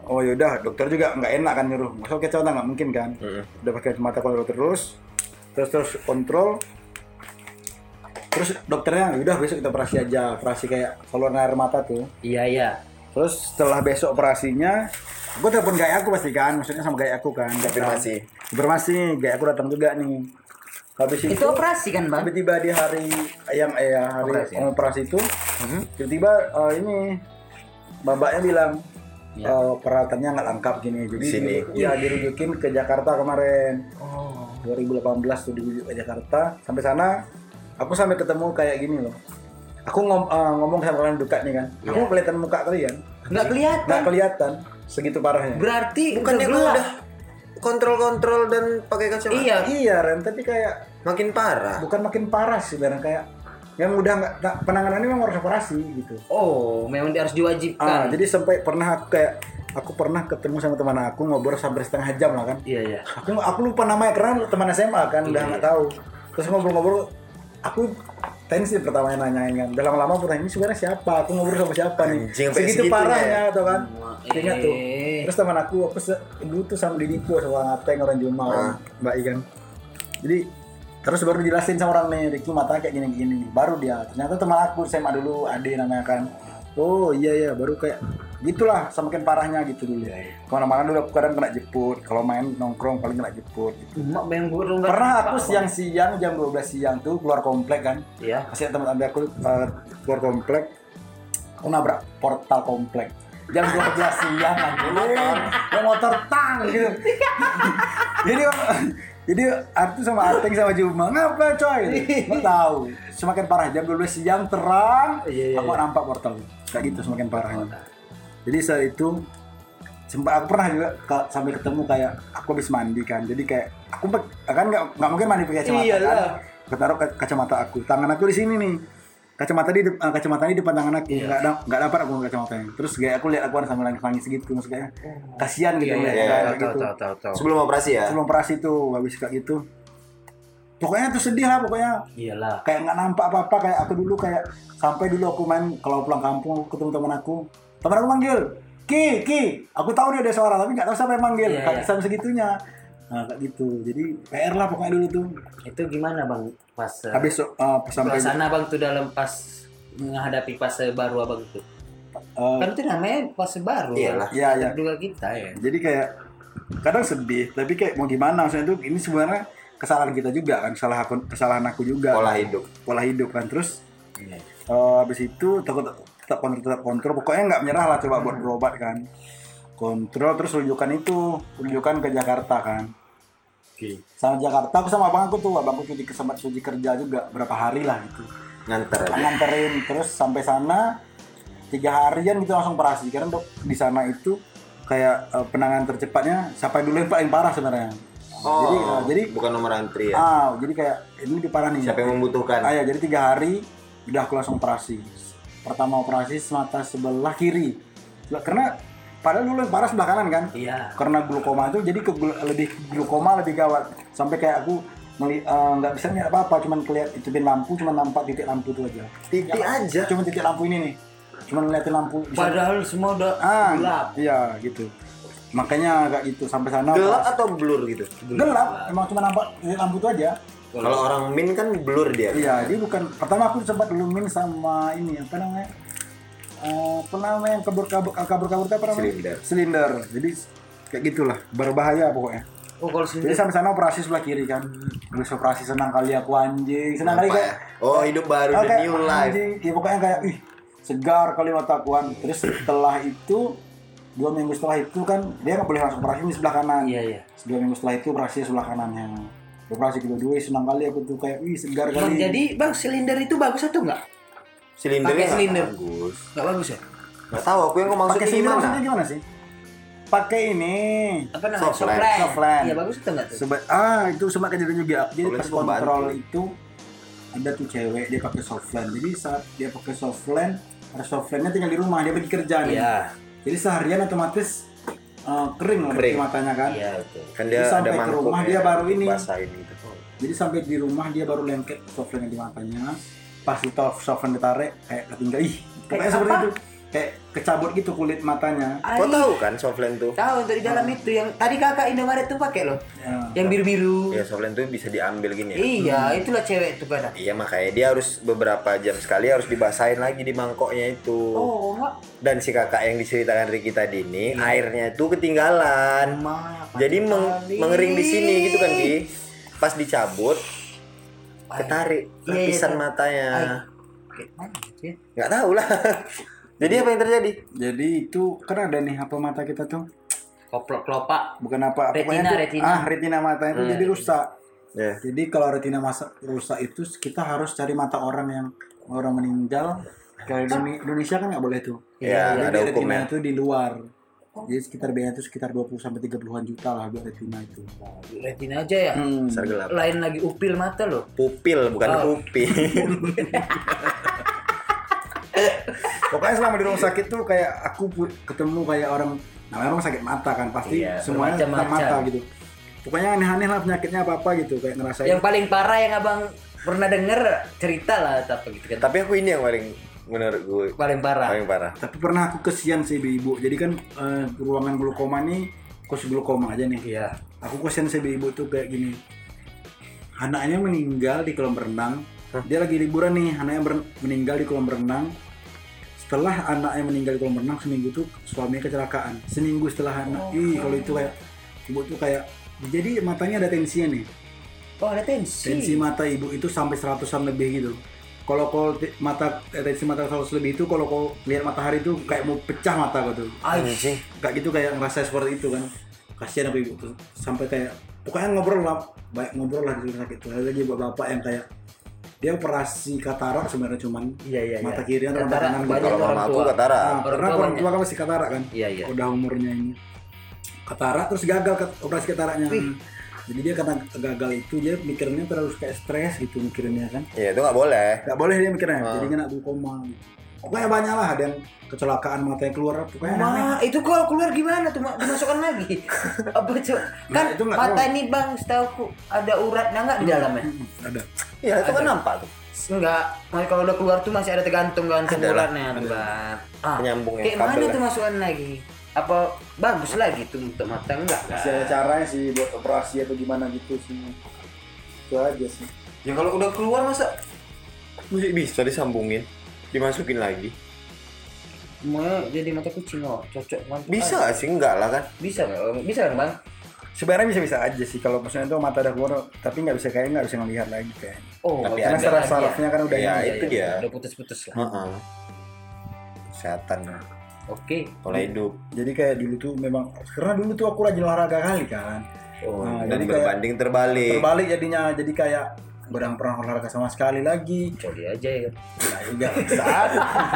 oh yaudah dokter juga nggak enak kan nyuruh masuk kacamata nggak mungkin kan. Udah pakai kacamata kontrol terus kontrol. Terus dokternya udah besok kita operasi aja, operasi kayak saluran air mata tuh. Iya. Terus setelah besok operasinya, aku telepon gaya aku pasti kan, maksudnya sama gaya aku kan. Konfirmasi, gaya aku datang juga nih. Habis Itu operasi kan bang? Tiba-tiba di hari operasi itu, tiba-tiba ini mbaknya bilang peralatannya nggak lengkap gini, jadi dirujukin ke Jakarta kemarin. 2018 tuh dirujuk ke Jakarta. Sampai sana, aku sampai ketemu kayak gini loh. Aku ngomong sama kalian dekat nih kan. Aku kelihatan muka kalian. Nggak kelihatan. Segitu parahnya. Berarti bukannya gue udah kontrol dan pakai kacamata. Iya Ren, tapi kayak makin parah. Bukan makin parah sih, Ren, kayak yang udah nggak penanganannya memang harus operasi gitu. Oh, memang dia harus diwajibkan. Jadi sampai aku pernah ketemu sama teman aku ngobrol sampai setengah jam lah kan. Iya. Aku lupa namanya karena teman SMA kan, udah nggak tahu. Terus ngobrol-ngobrol, aku tensi pertamanya nanyain kan. Udah lama-lama aku tanya, ini sebenarnya siapa? Aku ngobrol sama siapa nih? Segitu parahnya tuh kan. Ingat tuh. Terus teman aku dulu tuh sama Didipo sama Ngateng orang Juma, Mbak Ikan. Jadi terus baru dijelasin sama orang nih, Ricky matanya kayak gini. Baru dia, ternyata teman aku SMA dulu, Ade namanya kan. Oh iya, baru kayak gitulah, semakin parahnya gitu dulu. Kemana-mana dulu aku kadang kena jemput, kalau main nongkrong paling kena jemput gitu. Pernah aku siang-siang jam 12 siang tuh keluar komplek kan. Iya. Kasih teman-teman aku keluar komplek, aku nabrak portal komplek. Jam 12 siang kan, motor tang gitu. Jadi aku sama Ateng sama Juma, ngapa coy? Nggak tahu. Semakin parah, jam 12 siang terang, aku nampak portal. Kayak gitu semakin parahnya. Jadi saat itu sempat aku pernah juga sampai ketemu kayak aku habis mandi kan. Jadi kayak aku kan nggak mungkin mandi pakai kacamata kan. Aku taruh kacamata aku, tangan aku di sini nih. Kacamata di depan tangan aku, nggak dapat aku kacamatanya. Terus kayak aku lihat aku sambil nangis gitu, maksudnya kasihan gitu gitu. Sebelum operasi ya? Sebelum operasi tuh habis kayak gitu. Pokoknya tuh sedih lah pokoknya. Iyalah. Kayak nggak nampak apa-apa, kayak aku dulu kayak sampai dulu aku main kalau pulang kampung aku ketemu teman aku manggil, Ki, aku tahu dia ada suara tapi nggak tahu siapa yang manggil. Kayak sampai segitunya. Nah kayak gitu, jadi PR lah pokoknya dulu tuh. Itu gimana bang pas habis sampai sana bang tuh dalam pas menghadapi fase baru abang itu? Kan itu namanya fase baru. Iyalah. Iya. Kedua kita ya. Jadi kayak kadang sedih, tapi kayak mau gimana maksudnya itu ini sebenarnya kesalahan kita juga kan, kesalahan aku juga. Pola hidup kan terus. Habis itu tetap kontrol, pokoknya nggak menyerah lah, coba buat berobat kan. Kontrol terus rujukan ke Jakarta kan. Sama Jakarta aku sama abangku sempat cuti kerja juga berapa hari lah gitu. Nganterin terus sampai sana 3 harian gitu langsung operasi karena di sana itu kayak penanganan tercepatnya siapa dulu yang paling parah sebenarnya. Jadi bukan nomor antri ya. Jadi kayak ini di parah nih. Siapa yang membutuhkan? Jadi 3 hari udah aku langsung operasi. Pertama operasi mata sebelah kiri. Karena padahal dulu yang parah sebelah kanan kan? Iya. Karena glukoma itu jadi glukoma lebih gawat. Sampai kayak aku nggak bisa lihat apa-apa, cuman kelihatan hidupin lampu, cuman nampak titik lampu itu aja. Titik aja? Cuma titik lampu ini nih. Cuman ngeliatin lampu. Padahal semua udah gelap. Iya gitu. Makanya kayak gitu sampai sana. Gelap atau blur gitu? Gelap, emang cuma nampak titik lampu itu aja. Kalau orang min kan blur dia. Iya, dia bukan. Pertama aku sempat dulu min sama ini apa namanya? Yang kabur-kabur apa namanya? Silinder. Jadi kayak gitulah, berbahaya pokoknya. Kalau jadi sampai sana operasi sebelah kiri kan. Habis operasi senang kali aku anjing. Senang kali kayak hidup baru dan new life. Iya pokoknya kayak segar kali mata aku kan. Terus setelah itu 2 minggu setelah itu kan dia nggak boleh langsung operasi di sebelah kanan. Iya. 2 minggu setelah itu operasi sebelah kanannya. Operasi kedua-dua senang kali aku tuh kayak segar kali. Jadi bang silinder itu bagus atau enggak? Silindernya silinder bagus. Nggak bagus ya? Nggak tahu aku yang maksudnya gimana sih? Pakai ini apa namanya? Softland. Iya bagus atau enggak tuh? Itu sempat kejadian juga. Jadi pas kontrol itu ada tuh cewek dia pakai Softland. Jadi saat dia pakai Softland, ada Softlandnya tinggal di rumah, dia pergi kerja nih. Iya. Jadi seharian otomatis kering matanya kan. Iya betul. Kan dia sampai ada ke rumah dia baru ini. Gitu. Jadi sampai di rumah dia baru lengket Softlandnya di matanya. Pas itu Softland ditarik kayak ketinggal pokoknya seperti itu. kayak kecabut gitu kulit matanya. Kau tahu kan Softland tuh? Tahu untuk di dalam itu yang tadi kakak Indomaret tuh pakai loh. Ya. Yang biru-biru. Ya Softland tuh bisa diambil gini ya. Iya, itulah cewek tuh kadang. Iya makanya dia harus beberapa jam sekali harus dibasahin lagi di mangkoknya itu. Oh, enggak. Dan si kakak yang diceritakan Ricky tadi ini airnya itu ketinggalan. Jadi mengering di sini gitu kan Ki. Pas dicabut ketarik lapisan matanya. Mana gitu ya? Nggak tahu lah. Jadi apa yang terjadi? Jadi itu kan ada nih apa mata kita tuh? Koplok kelopak. Bukan apa Retina, pokoknya tuh, retina. retina matanya itu jadi rusak. Ya. Jadi kalau retina rusak itu kita harus cari mata orang meninggal. Kalau di Indonesia kan nggak boleh tuh. Ya, Jadi ada hukumnya. retina itu di luar. Jadi sekitar biaya itu sekitar 20 sampai 30-an juta lah buat retina itu. Retina aja ya. Besar gelap. Lain lagi upil mata loh. Pupil bukan pupil. Pokoknya selama di rumah sakit tuh kayak aku ketemu kayak orang namanya orang sakit mata kan pasti Iya, semuanya tentang bermacam-macam. mata gitu. Pokoknya aneh-aneh lah penyakitnya apa gitu kayak ngerasain. Yang paling parah yang abang pernah denger cerita lah apa gitu kan. Tapi aku ini yang paling menurut gue Paling parah. paling parah. Tapi pernah aku kesian sih ibu. Jadi kan ruangan glukoma nih khusus glukoma aja nih. Iya. Aku kesian sih ibu tuh kayak gini. Anaknya meninggal di kolam renang. Dia lagi liburan nih, anaknya meninggal di kolam renang. Setelah anaknya meninggal di kolam renang seminggu tuh suaminya kecelakaan. Seminggu setelah anak. Kalau itu kayak ibu tuh kayak jadi matanya ada tensinya nih. Oh, ada tensi. Tensi mata ibu itu sampai 100-an lebih gitu. Kalau tensi mata 100 lebih itu kalau kau lihat matahari itu kayak mau pecah mata kau tuh. Anjing. Kayak gitu kayak ngerasa seperti itu kan. Kasihan aku ibu tuh. Sampai kayak pokoknya ngobrol lah, banyak ngobrol lah di rumah sakit tuh. Ada lagi bapak yang kayak dia operasi katarak sebenarnya cuman Iya. mata kiri atau mata Katarak kanan banyak Kalau orang mama aku tua. katarak. Nah, Orang karena tua orang banyak. tua kan masih katarak kan. Iya. Udah umurnya ini. Katarak terus gagal operasi kataraknya. Jadi dia karena gagal itu dia mikirnya terlalu kayak stres gitu mikirnya kan. Iya itu nggak boleh. Gak boleh dia mikirnya, jadi kena glukoma gitu. Pokoknya banyak lah ada yang kecelakaan matanya keluar, pokoknya aneh. Ma, itu kalau keluar gimana tuh? Dimasukkan lagi? Apa coba? Kan Nah, itu nggak mata tahu. ini bang, setahu ada uratnya nggak di dalamnya? Ada. Iya itu kan nampak tuh. Enggak, kalau udah keluar tuh masih ada tergantung kan uratnya tuh kan. Penyambungnya, Kayak mana kabelnya. tuh masukkan lagi? Apa bagus lagi tuh untuk mata enggak kan? Masih ada caranya sih buat operasi atau gimana gitu sih. Itu aja sih. Ya kalau udah keluar masa masih bisa disambungin, dimasukin lagi. Mau jadi mata kucing oh, cocok kan? Bisa nggak sih? Enggak lah kan? Bisa nggak? Bisa kan bang? Sebenarnya bisa-bisa aja sih kalau maksudnya itu mata udah keluar tapi nggak bisa ngelihat lagi kayak. Oh, Tapi Karena ada saraf-sarafnya kan udah Iya, ini. itu dia. Udah putus-putus lah. Heeh. Kesehatan Oke. pola hidup. Jadi kayak dulu tuh memang karena dulu tuh aku rajin olahraga kali kan. Oh, Nah, dan jadi kayak berbanding terbalik. terbalik jadinya jadi kayak berang pernah olahraga sama sekali lagi. Coli aja ya. Nah, juga saat.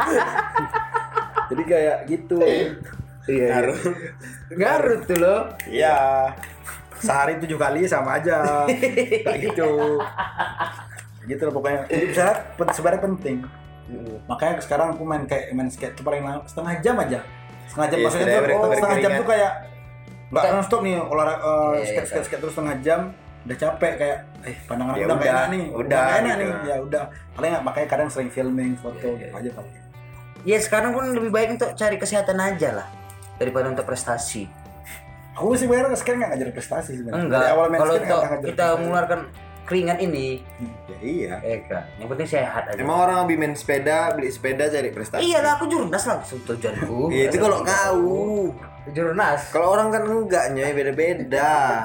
Jadi kayak gitu. Iya. Garut tuh lo. Iya. Sehari 7 kali sama aja. Kayak gitu. Gitu loh pokoknya. Hidup sehat sebenarnya penting. Makanya sekarang aku main skate tuh paling lama setengah jam aja. Setengah jam Iya, maksudnya setengah tuh jam, setengah jam tuh kayak nggak Bukan. non-stop nih olahraga Iya, skate terus setengah jam udah capek kayak pandangan Ya udah nggak udah, enak nih udah nggak enak gitu. nih ya udah paling nggak makanya kadang sering filming foto aja paling. Ya sekarang pun lebih baik untuk cari kesehatan aja lah daripada untuk prestasi. Aku sih sebenarnya skate nggak ngajar prestasi sebenarnya. Enggak. Dari awal main Kalau skate nggak untuk ngajar kita prestasi. mengeluarkan keringat ini, Ya iya. kan. Yang penting sehat aja. Emang orang habis main sepeda, beli sepeda cari prestasi. Iya lah, aku jurnas lah tujuanku. Ya, itu kalau kau. Jurnas. Kalau orang kan enggak nyoy beda-beda.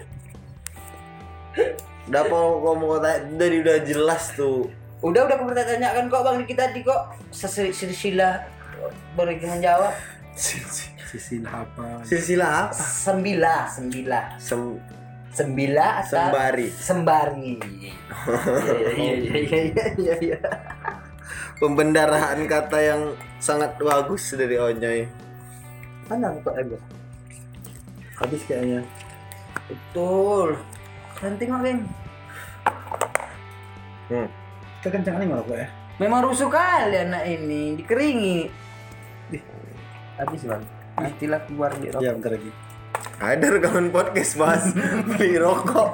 Udah apa ngomong dari udah jelas tuh. Udah aku bertanya kan kok bang Diki tadi kok silsilah beri menjawab. sisi apa Silsilah apa? Sembilah. Sembilah atau Sembari. Sembari. Iya. Pembendaraan kata yang sangat bagus dari Onyoy. Mana kok ada? habis kayaknya. Betul. Nanti mah Bang. Kita kencang nih malah ya. Memang rusuh kali anak ini, dikeringi. Habis bang. Nantilah keluar di rokok. Iya bentar lagi. Ada rekaman podcast mas beli rokok.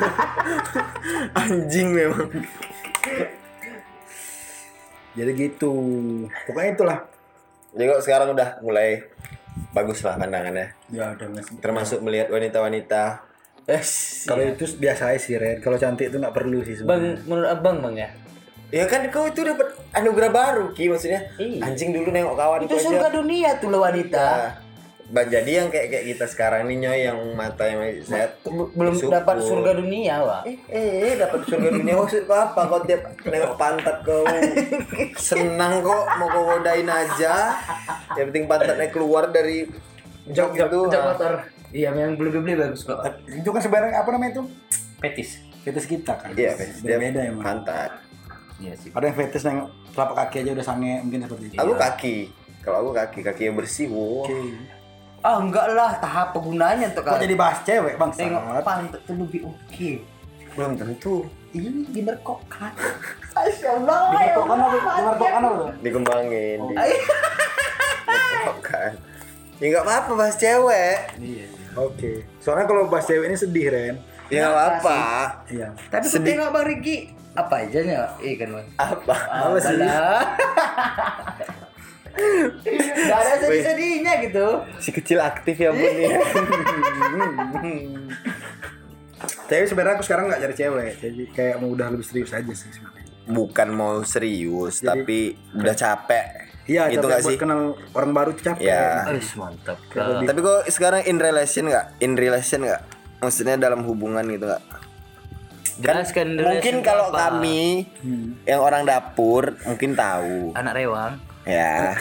Anjing memang. Jadi gitu. Pokoknya itulah. Jadi kok sekarang udah mulai bagus lah pandangannya. Ya udah masih. Termasuk melihat wanita-wanita. Kalau itu biasa aja sih Ren. Kalau cantik itu nggak perlu sih Bang, sebenarnya. menurut abang bang ya. Ya kan kau itu dapat anugerah baru Ki, maksudnya. Iya. Anjing dulu nengok kawan Itu surga dunia tuh lo wanita. Jadi yang kayak kita sekarang nih Nyoy, yang mata yang masih sehat Belum bersyukur. dapat surga dunia, Wak. Dapat surga dunia maksud kau apa? Kau tiap nengok pantat kau senang kok mau kau godain aja. Yang penting pantatnya keluar dari jok itu. Jok motor. Iya, memang beli bagus kok. Itu kan sebenarnya apa namanya itu? Petis. Fetis kita kan. Iya, dia Beda emang. pantat. Iya sih. Ada yang fetis nengok telapak kaki aja udah sange mungkin seperti itu. Aku kaki. Kalau aku kaki yang bersih, wow. Oke. Ah, enggak lah, tahap penggunanya untuk Kok jadi bahas cewek bang? tengok pantat tuh lebih oke. Belum tentu. Ini dimerkokkan. Asyaallah. Dimerkokkan apa? Dimerkokkan apa tuh? Dikembangin. Kan. Ya nggak apa-apa bahas cewek. Iya. Oke. Soalnya kalau bahas cewek ini sedih Ren. Ya nggak apa-apa. Iya. Tapi aku tengok Bang Riki apa aja nya? Kan Bang. Apa? Apa sih? Gak ada sedih-sedihnya gitu. Si kecil aktif ya Bun ya. Tapi sebenarnya aku sekarang nggak cari cewek, jadi kayak mau udah lebih serius aja sih sebenarnya. Bukan mau serius, tapi udah capek. Iya, gitu capek nggak buat sih? kenal orang baru tuh capek. Ya. Mantap. Tapi kok sekarang in relation nggak? Maksudnya dalam hubungan gitu nggak? Jelaskan dulu. Mungkin kalau kami yang orang dapur mungkin tahu. anak rewang. Ya.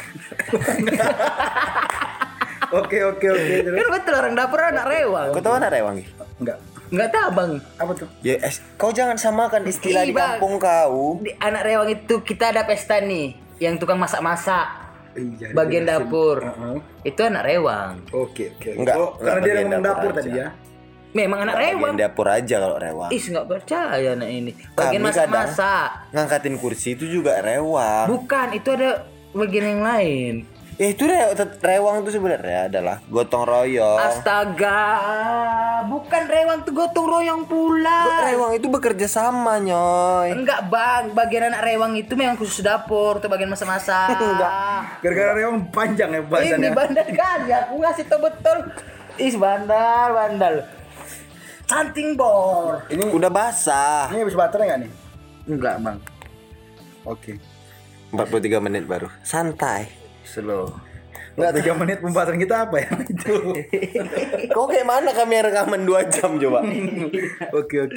Oke. Terus? Kan betul orang dapur anak rewang. Kau tahu anak rewang? Gi? Enggak tahu Bang. Apa tuh? Ya, kau jangan samakan istilah di Ih, Bang. kampung kau. Di anak rewang itu kita ada pesta nih, yang tukang masak-masak. Iya, Bagian jelasin. dapur. Heeh. Itu anak rewang. Oke. Enggak, Oh, enggak karena dia bagian ngomong dapur dapur aja. tadi ya. Memang anak rewang. Bagian dapur aja kalau rewang. Ih, enggak percaya anak ini. Bagian Kami masak-masak. Ngangkatin kursi itu juga rewang. Bukan, itu ada bagian yang lain. Ya itu rewang itu sebenarnya adalah gotong royong. Astaga, bukan rewang tuh gotong royong pula. Rewang itu bekerja sama, Nyoy. Enggak Bang, bagian anak rewang itu memang khusus dapur, tuh bagian masak-masak. Gara-gara Rewang panjang ya Ini bahasannya. bandel kali, aku ngasih tau betul. Ih, bandal. Canting bor. Ini udah basah. Ini habis baterai nggak nih? Enggak Bang, Oke. 43 menit baru. Santai. slow. Enggak 3 menit pembahasan kita apa ya? Itu. Kok kayak mana kami yang rekaman 2 jam coba? Oke.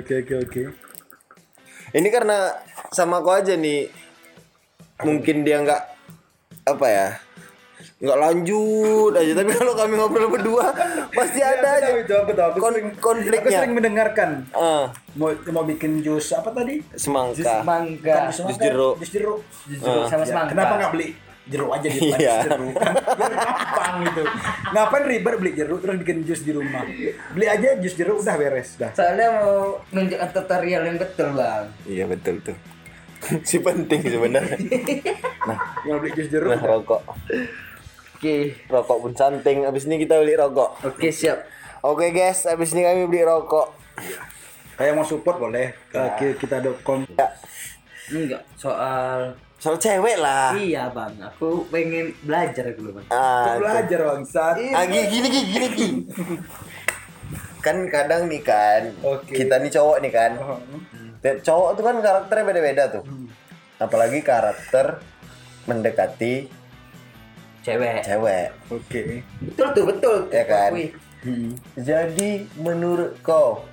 Ini karena sama aku aja nih. Mungkin dia nggak apa ya? Nggak lanjut aja, tapi kalau kami ngobrol berdua pasti ada aja Aku tahu. konfliknya. Aku sering mendengarkan. Ah, Mau bikin jus apa tadi? semangka. Mangga. Jus jeruk. Jus jeruk. Sama Ya, semangka. kenapa nggak beli jeruk aja di depan Iya. jus jeruk kan? Biar gampang gitu. Ngapain ribet beli jeruk terus bikin jus di rumah? Beli aja jus jeruk udah beres dah. Soalnya mau nunjukkan tutorial yang betul Bang. Iya betul tuh. Si penting sebenarnya. Mau beli jus jeruk. Nah, rokok. Oke. Rokok pun santing. Abis ini kita beli rokok. Oke, siap. Oke guys, abis ini kami beli rokok. Kayak mau support boleh ke kita.com. Ya, Enggak, soal soal cewek lah. iya Bang, aku pengen belajar dulu Bang. Ah, Belajar bangsat. gini. Kan kadang nih kan, Oke. kita nih cowok nih kan. Oh. Tiap cowok tuh kan karakternya beda-beda tuh. Apalagi karakter mendekati Cewek. cewek. Oke. Betul. Ya kan? Akui. Jadi menurut kau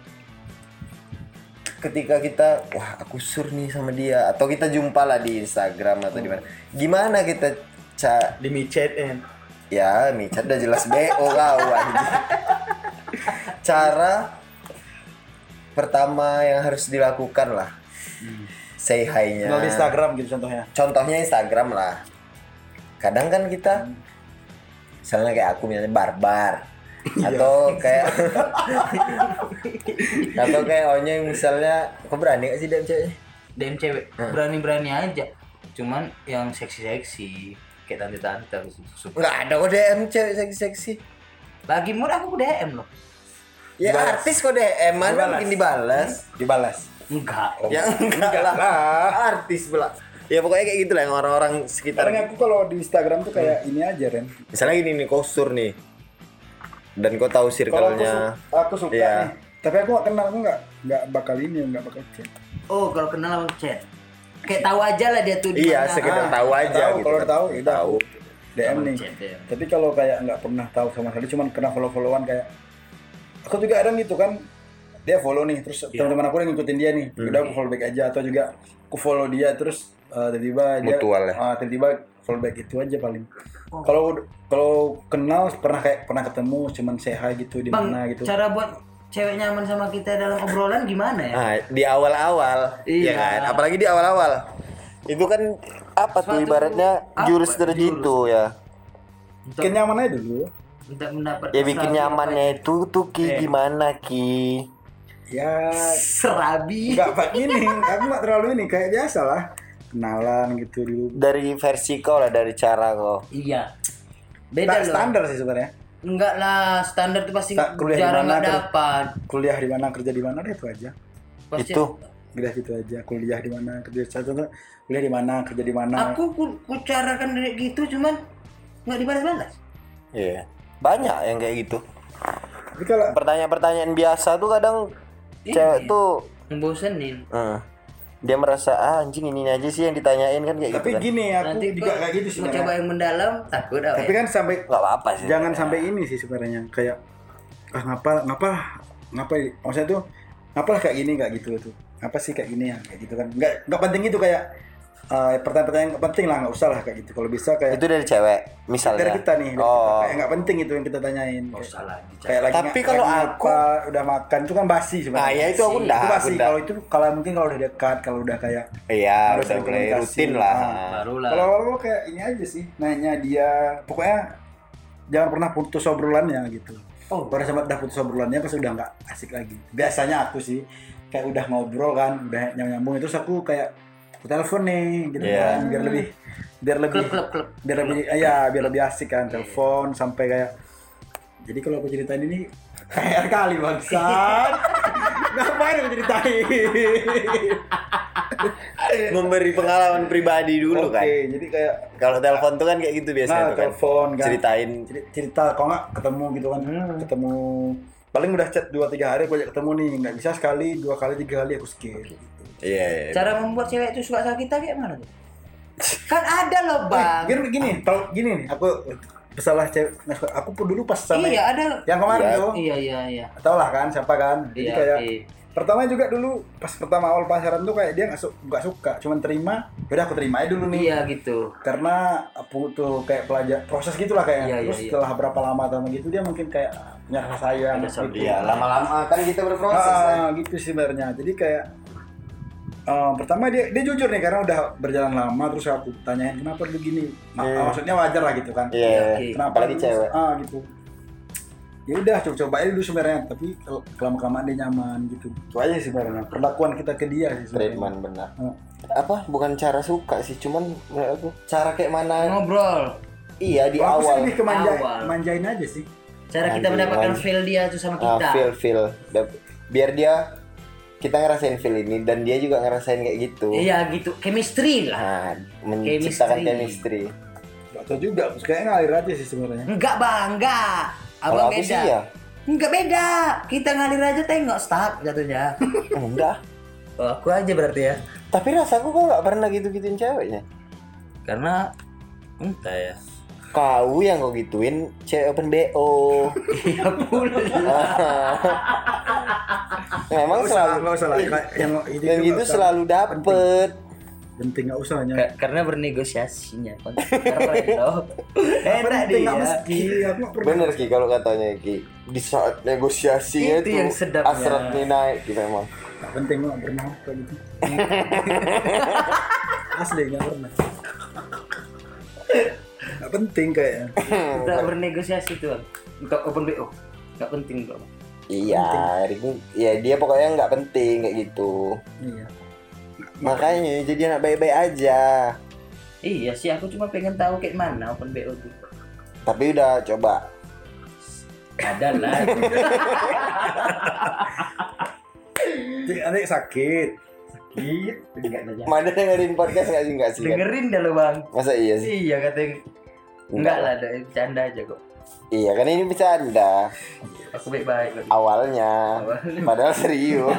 ketika kita aku sur nih sama dia atau kita jumpa lah di Instagram atau di mana. Gimana kita Di micet ya micat udah jelas BO kau anjing. Cara pertama yang harus dilakukan lah. Say hi-nya. Melalui Instagram gitu contohnya. Contohnya Instagram lah. Kadang kan kita misalnya kayak aku misalnya barbar atau kayak atau kayak Onya yang misalnya kok berani gak sih DM cewek? DM cewek. Berani-berani aja. Cuman yang seksi-seksi kayak tante-tante suka. Nggak ada kok DM cewek seksi-seksi. Lagi mood aku DM loh. Ya Dibalas. artis kok DM mana Dibalas. mungkin dibalas. Dibalas. Enggak. Ya enggak lah. Artis pula. Ya pokoknya kayak gitu lah yang orang-orang sekitar. Sekarang aku kalau di Instagram tuh kayak ini aja Ren. Misalnya gini nih kosur nih. Dan kau tahu Kalau circle-nya. aku suka Iya. nih. Tapi aku gak kenal, aku nggak bakal ini, nggak bakal chat. Oh, kalau kenal langsung chat. Kayak tahu aja lah dia tuh di Iya, mana. sekedar tahu aja Tahu, gitu. kalau kan. tahu, ya tahu. DM Sama nih. chat, ya. Tapi kalau kayak nggak pernah tahu sama sekali, cuman kena follow-followan kayak. Aku juga ada gitu kan. Dia follow nih, terus teman-teman aku yang ngikutin dia nih. Udah aku follow back aja atau juga aku follow dia terus tiba-tiba dia Mutual ya? tiba-tiba follow back itu aja paling. Kalau kenal pernah ketemu cuman say hi gitu di Bang, mana gitu. cara buat cewek nyaman sama kita dalam obrolan gimana ya? Nah, di awal-awal, Iya. ya kan? Apalagi di awal-awal. Itu kan apa tuh Suatu- ibaratnya apa? jurus terjitu ya. Kenyaman aja dulu. Untuk mendapat Ya bikin serabi nyamannya itu tuh Ki gimana Ki? Ya serabi. nggak pak ini, aku nggak terlalu ini kayak biasa lah. Kenalan gitu dulu. Dari versi kau lah, dari cara kau. Iya. Beda Tak loh. standar sih sebenarnya. Enggak lah, standar tuh pasti Tak, kuliah di jarang mana, nggak terus- dapat. Kuliah di mana, kerja di mana, deh itu aja. Pasti Itu Udah gitu aja. Kuliah di mana, kerja contoh kuliah di mana, kerja di mana. aku carakan dari gitu cuman nggak dibalas-balas. iya. Banyak yang kayak gitu. Tapi kalau Pertanyaan-pertanyaan biasa tuh kadang cewek tuh Membosenin. dia merasa anjing ini aja sih yang ditanyain kan kayak tapi gitu kan. gini aku Nanti juga kok kayak gitu sih mau sebenarnya. coba yang mendalam takut apa Tapi ya? kan sampai Enggak apa-apa sih. jangan sampai ini sih sebenarnya kayak ngapa maksudnya tuh ngapalah kayak gini kayak gitu tuh apa sih kayak gini ya kayak gitu kan nggak penting itu kayak pertanyaan-pertanyaan nggak penting lah nggak usah lah kayak gitu kalau bisa kayak Itu dari cewek misalnya. dari kita nih dari kita. Oh. Kayak nggak penting itu yang kita tanyain Nggak kayak, usah lagi. kayak lagi Tapi kalau lagi aku- apa, udah makan itu kan basi sebenarnya Nah, ya itu aku itu basi udah. kalau itu kalau mungkin kalau udah dekat kalau udah kayak Iya, harus udah ada mulai komunikasi. rutin lah. Barulah. kalau awal kayak ini aja sih nanya dia pokoknya jangan pernah putus obrolannya gitu. Oh. Pada saat udah putus obrolannya pas udah nggak asik lagi. Biasanya aku sih kayak udah ngobrol kan, udah nyambung terus aku kayak aku telepon nih gitu Iya. kan biar lebih Klub. biar lebih asik kan telepon sampai kayak jadi kalau aku ceritain ini kayak kali bangsat. Ngapain aku ceritain? Memberi pengalaman pribadi dulu Oke, kan. jadi kayak Kalau telepon tuh kan kayak gitu biasanya tuh kan. telepon kan Ceritain. cerita kalau nggak ketemu gitu kan ketemu paling udah chat 2-3 hari aku ajak ketemu nih nggak bisa sekali 2 kali 3 kali aku skip gitu. Iya. Cara membuat cewek itu suka sama kita kayak mana tuh? Kan ada loh bang. Gini kalau gini nih aku pesalah cewek aku pun dulu pas sama Iya ada. yang kemarin Iya. tuh Iya. tau lah kan siapa kan jadi Iya, kayak oke. pertama juga dulu pas pertama awal pacaran tuh kayak dia nggak suka cuman terima yaudah aku terima aja dulu nih Iya gitu. karena aku tuh kayak proses gitulah kayak Iya, terus iya. setelah berapa lama sama gitu dia mungkin kayak punya rasa sayang Ada gitu. Iya, lama-lama kan kita berproses. kan. Gitu sih sebenarnya jadi kayak pertama dia jujur nih karena udah berjalan lama terus aku tanyain kenapa lu gini maksudnya wajar lah gitu kan Iya. Oke. kenapa Apalagi lu- cewek. gitu ya udah coba aja dulu sebenarnya tapi kelamaan dia nyaman gitu itu aja sih sebenarnya perlakuan kita ke dia sih sebenarnya. Treatment benar. Ah. Apa bukan cara suka sih, cuman menurut aku cara kayak mana? Ngobrol. Iya di Kalau aku sih awal. lebih ke Awal. manjain aja sih Cara kita Anjing, mendapatkan anjing. feel dia tuh sama kita. Feel. Biar dia kita ngerasain feel ini dan dia juga ngerasain kayak gitu. Iya gitu. Chemistry lah. Nah, menciptakan chemistry. gak tau juga kayaknya ngalir aja sih sebenarnya Enggak bang, enggak. Kalau Abang aku beda. sih ya. Enggak beda. Kita ngalir aja tengok start jatuhnya. Enggak. Oh, aku aja berarti ya. Tapi rasaku kok nggak pernah gitu-gituin ceweknya. Karena entah ya. Kau yang kau gituin cewek open BO. Iya pula. Memang selalu nggak usah lah yang itu yang nggak gitu usah. selalu dapet. penting nggak usah hanya Karena bernegosiasinya. Keren loh. Enak penting nggak dia. mesti aku nggak pernah Bener Ki kalau katanya Ki. Di saat negosiasinya Itu tuh yang sedapnya. hasratnya naik gitu memang. nggak penting nggak pernah kayak gitu asli nggak pernah nggak penting kayaknya Kita bernegosiasi tuh. Bang. Untuk open BO. Enggak penting kok. Iya, ya dia pokoknya nggak penting kayak gitu. iya Makanya jadi anak baik-baik aja. Iya sih, aku cuma pengen tahu kayak mana open BO tuh. Tapi udah coba. Ada lah. jadi nanti sakit Gitu, enggak ada. Mana dengerin podcast nggak sih? Nggak sih kan? Dengerin dah lo bang. Masa iya sih? Iya katanya. Enggak lah, bercanda aja kok. Iya kan ini bercanda Aku baik-baik kok. awalnya, padahal serius.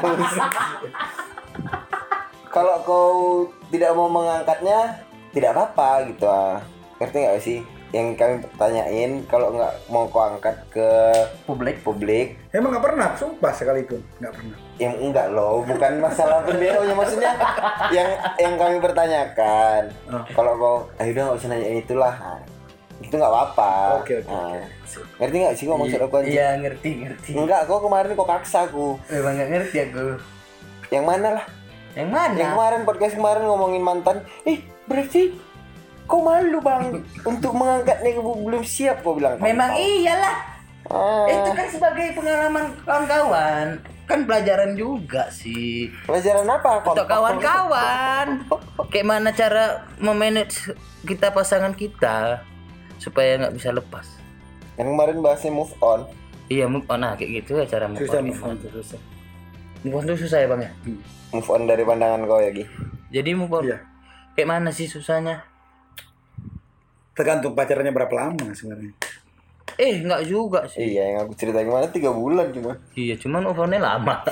Kalau kau tidak mau mengangkatnya, tidak apa-apa gitu ah. Ngerti nggak sih? Yang kami tanyain, kalau nggak mau kau angkat ke publik, Emang nggak pernah, sumpah sekalipun nggak pernah. yang enggak loh, bukan masalah pendeonya, maksudnya yang kami pertanyakan. Kalau kau, ayo udah nggak usah nanyain itulah, nah, itu nggak apa-apa. Oke. Nah, ngerti nggak sih kau maksud aku? Anjing? Iya ngerti. Enggak, kau kemarin kau paksa aku. Emang nggak ngerti aku. Yang mana lah? Yang mana? Yang kemarin podcast kemarin ngomongin mantan. Berarti kau malu bang untuk mengangkatnya, belum siap kau bilang. Memang iyalah. Ah, Itu kan sebagai pengalaman kawan-kawan. Kan pelajaran juga sih. pelajaran apa? Untuk kawan-kawan. Kayak mana cara memanage kita pasangan kita supaya nggak bisa lepas. Yang kemarin bahasnya move on. Iya move on, nah kayak gitu ya cara move Susah on. move on tuh, susah. Move on tuh susah ya bang ya. Move on dari pandangan kau ya Gi. Jadi move on. Iya. Kayak mana sih susahnya? Tergantung pacarannya berapa lama sebenarnya. Nggak juga sih. Iya, yang aku cerita kemana 3 bulan cuma. Iya, cuman move on-nya lama.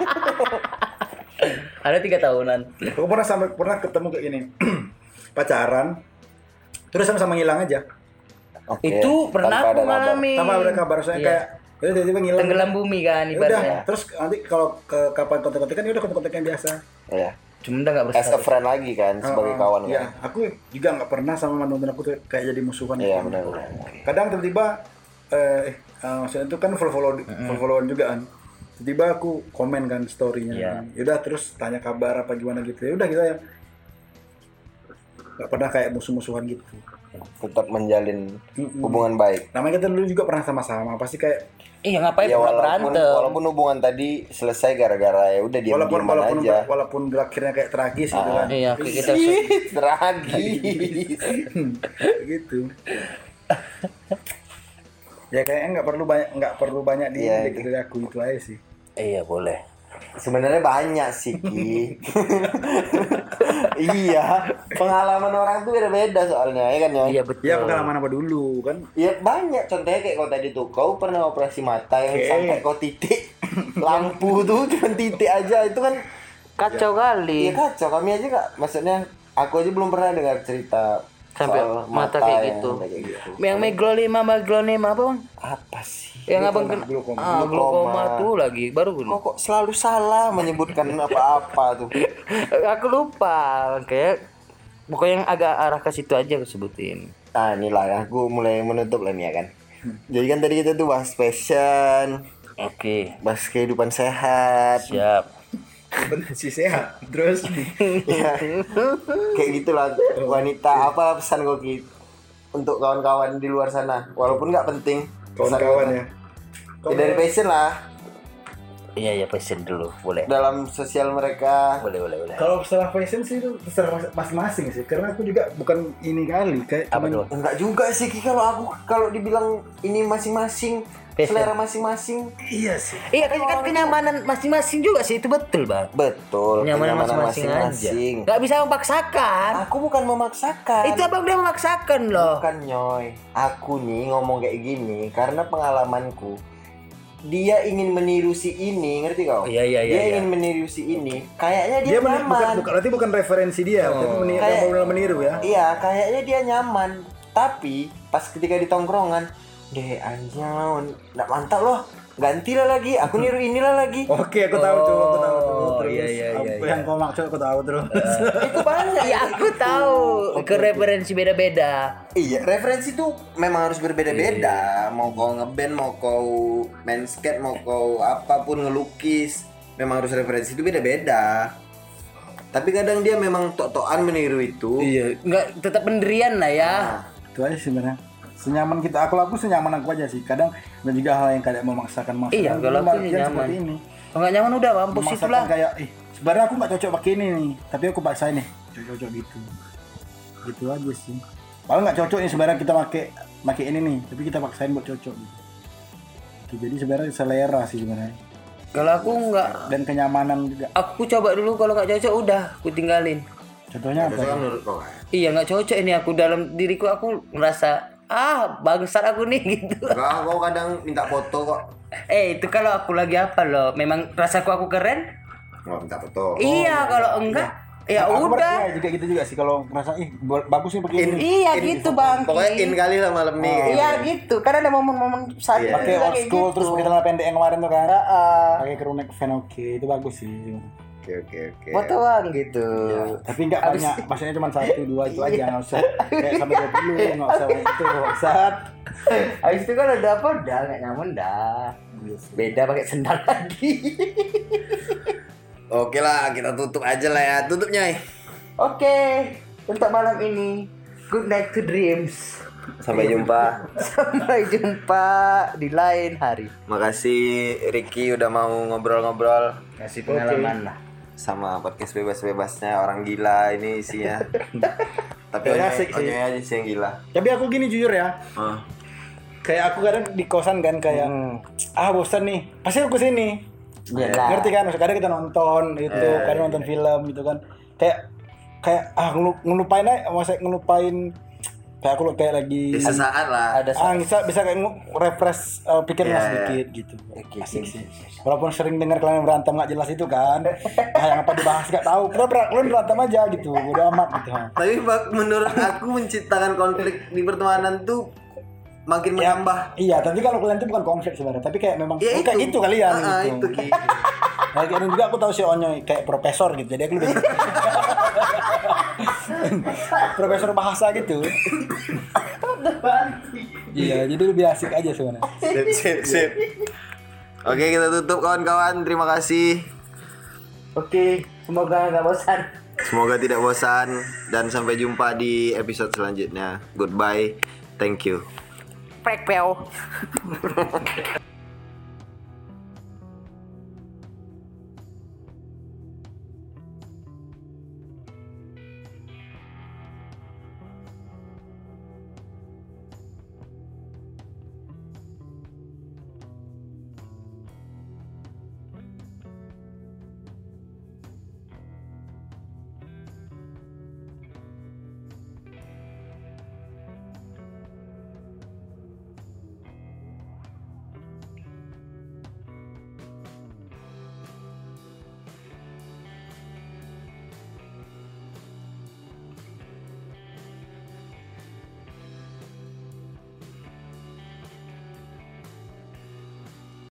Ada 3 tahunan. Aku pernah ketemu kayak gini. Pacaran terus sama-sama ngilang aja. Oke, Itu pernah tanpa aku ada kabar. mengalami. Tanpa ada kabar, soalnya Iya. kayak udah tiba-tiba ngilang. Tenggelam bumi kan Ya udah, ibaratnya. terus nanti kalau ke kapan kontak-kontakan ya udah kontak-kontakan biasa. Iya. Cuma udah nggak As a bersahabat. friend lagi kan, sebagai kawan Iya, kan. aku juga nggak pernah sama mantan aku tuh kayak jadi musuhan. Iya, benar. Kadang tiba-tiba maksudnya itu kan follow-followan juga kan. Tiba-tiba aku komen kan story-nya. Iya. Yaudah terus tanya kabar apa gimana gitu. Ya udah kita ya nggak pernah kayak musuh-musuhan gitu. Tetap menjalin hubungan baik. Namanya kita dulu juga pernah sama-sama, pasti kayak Iya ngapain Ya pernah walaupun berantem. walaupun hubungan tadi selesai gara-gara ya udah diam-diam aja. walaupun berakhirnya kayak tragis gitu kan. Iya, kita Tragis. Kayak gitu. Ya kayaknya nggak perlu banyak Iya, di dari aku itu aja sih. Iya, boleh. Sebenarnya banyak sih Ki. Iya, pengalaman orang tuh beda-beda soalnya ya kan ya. Iya, betul. Ya pengalaman apa dulu kan. Ya banyak contohnya kayak kau tadi tuh, kau pernah operasi mata yang Oke. sampai kau titik lampu tuh cuma titik aja, itu kan Kacau kali. iya kacau. Kami aja nggak, maksudnya aku aja belum pernah dengar cerita Sampai soal mata kayak yang gitu. kayak gitu. Yang meglonema apa, Bang? Apa sih? Yang abang kena glaukoma tuh lagi baru Kok kok selalu salah menyebutkan apa-apa tuh? aku lupa kayak pokoknya yang agak arah ke situ aja aku sebutin. Nah inilah aku mulai menutup lah nih ya kan. Jadi kan tadi kita tuh bahas fashion, Oke, bahas kehidupan sehat, siap. Bener sih sehat. Terus ya, kayak gitulah wanita. Apa pesan kau Ki untuk kawan-kawan di luar sana, walaupun nggak penting kawan-kawan ya. ya dari fashion lah Iya, passion dulu, boleh. dalam sosial mereka. Boleh. Kalau setelah fashion sih itu terserah masing-masing sih. Karena aku juga bukan ini kali kayak Apa cuman- tuh? Enggak juga sih Ki, kalau dibilang ini masing-masing, Fashion. selera masing-masing. Iya sih. Iya, kan kenyamanan masing-masing juga sih, itu betul, Bang. Betul, Kenyamanan kenyamanan masing-masing aja. Nggak bisa memaksakan. Aku bukan memaksakan. Itu abang dia memaksakan loh. Bukan nyoy. Aku nih ngomong kayak gini karena pengalamanku. Dia ingin meniru si ini, ngerti kau? Iya. Dia ingin meniru si ini. Kayaknya dia, nyaman. berarti bukan referensi dia, tapi Kayak- benar meniru ya. Iya, kayaknya dia nyaman. Tapi pas ketika di tongkrongan, deh anjing, nggak mantap loh. Gantilah lagi, aku niru inilah lagi. Oke, aku tahu tuh, aku tahu tuh. Oh, Terus iya. apa yang kau maksud aku tahu terus. Itu banyak. Iya, aku tahu. Ke referensi beda-beda. Iya, referensi tuh memang harus berbeda-beda. Mau kau ngeband, mau kau main skate, mau kau apapun ngelukis, memang harus referensi itu beda-beda. Tapi kadang dia memang tok-tokan meniru itu. Iya, nggak tetap pendirian lah ya. Itu aja sebenarnya. Senyaman kita, aku senyaman aku aja sih. Kadang ada juga hal yang kayak memaksakan. Iya, kalau aku sih nyaman. Seperti ini. Kalau nggak nyaman udah mampus itu Memaksakan lah. kayak, sebenarnya aku nggak cocok pakai ini nih, tapi aku paksain nih, cocok gitu. Gitu aja sih. Kalau nggak cocok nih sebenarnya kita pakai ini nih, tapi kita paksain buat cocok gitu. Oke, jadi sebenarnya selera sih sebenarnya. Kalau aku nggak, dan kenyamanan juga. aku coba dulu, kalau nggak cocok udah aku tinggalin. Contohnya apa? Itu kan menurut kau kan. Iya nggak cocok ini, aku dalam diriku aku merasa bangsat aku nih gitu. Enggak, kau kadang minta foto kok. Itu kalau aku lagi apa loh, memang rasaku aku keren. Mau minta foto. Iya kalau enggak ya Aku udah. juga gitu juga sih kalau ngerasa bagus nih begini. Iya gitu bang. Pokoknya in kali lah malam nih. Iya gitu, karena ada momen-momen saat Iya. Pakai old school terus pakai celana pendek yang kemarin tuh kan. Pakai crew neck fan, oke itu bagus sih. Oke. foto bang gitu. Tapi nggak banyak, maksudnya cuma 1, 2 itu aja, nggak usah kayak sampai 20, nggak usah itu saat. Habis itu kan udah apa, udah nggak nyaman dah. Beda pakai sendal lagi. Oke lah, kita tutup aja lah ya. Tutup Nyai. Oke, untuk malam ini good night to dreams. Sampai jumpa. Sampai jumpa di lain hari. Makasih Ricky udah mau ngobrol-ngobrol Kasih pengalaman lah. sama podcast bebas-bebasnya orang gila ini isinya. Tapi Asik sih. Onyoy aja sih yang gila. Tapi aku gini jujur ya, kayak aku kadang di kosan kan kayak bosan nih, pasti aku kesini. Iyalah. Ngerti kan? Maksudnya kadang kita nonton gitu, kadang nonton film gitu kan. Kayak ngelupain aja, maksudnya ngelupain kayak aku kayak lagi Sesaat lah. Ada bisa kayak refresh pikiran sedikit gitu. Asik sih. Walaupun sering dengar kalian berantem nggak jelas itu kan, yang apa dibahas nggak tahu. Kalian berantem aja gitu, udah amat gitu. Tapi menurut aku menciptakan konflik di pertemanan tuh makin menambah. Iya, tapi kalau kalian itu bukan konflik sebenarnya, tapi kayak memang Ya kayak gitu kalian itu gitu. Ki. Nah, dan juga aku tahu si Onyoy kayak profesor gitu, jadi aku lebih profesor bahasa gitu. Iya, jadi lebih asik aja sebenarnya. Sip. Oke, kita tutup kawan-kawan. Terima kasih. Oke, semoga nggak bosan. Semoga tidak bosan dan sampai jumpa di episode selanjutnya. Goodbye. Thank you. Prek peo.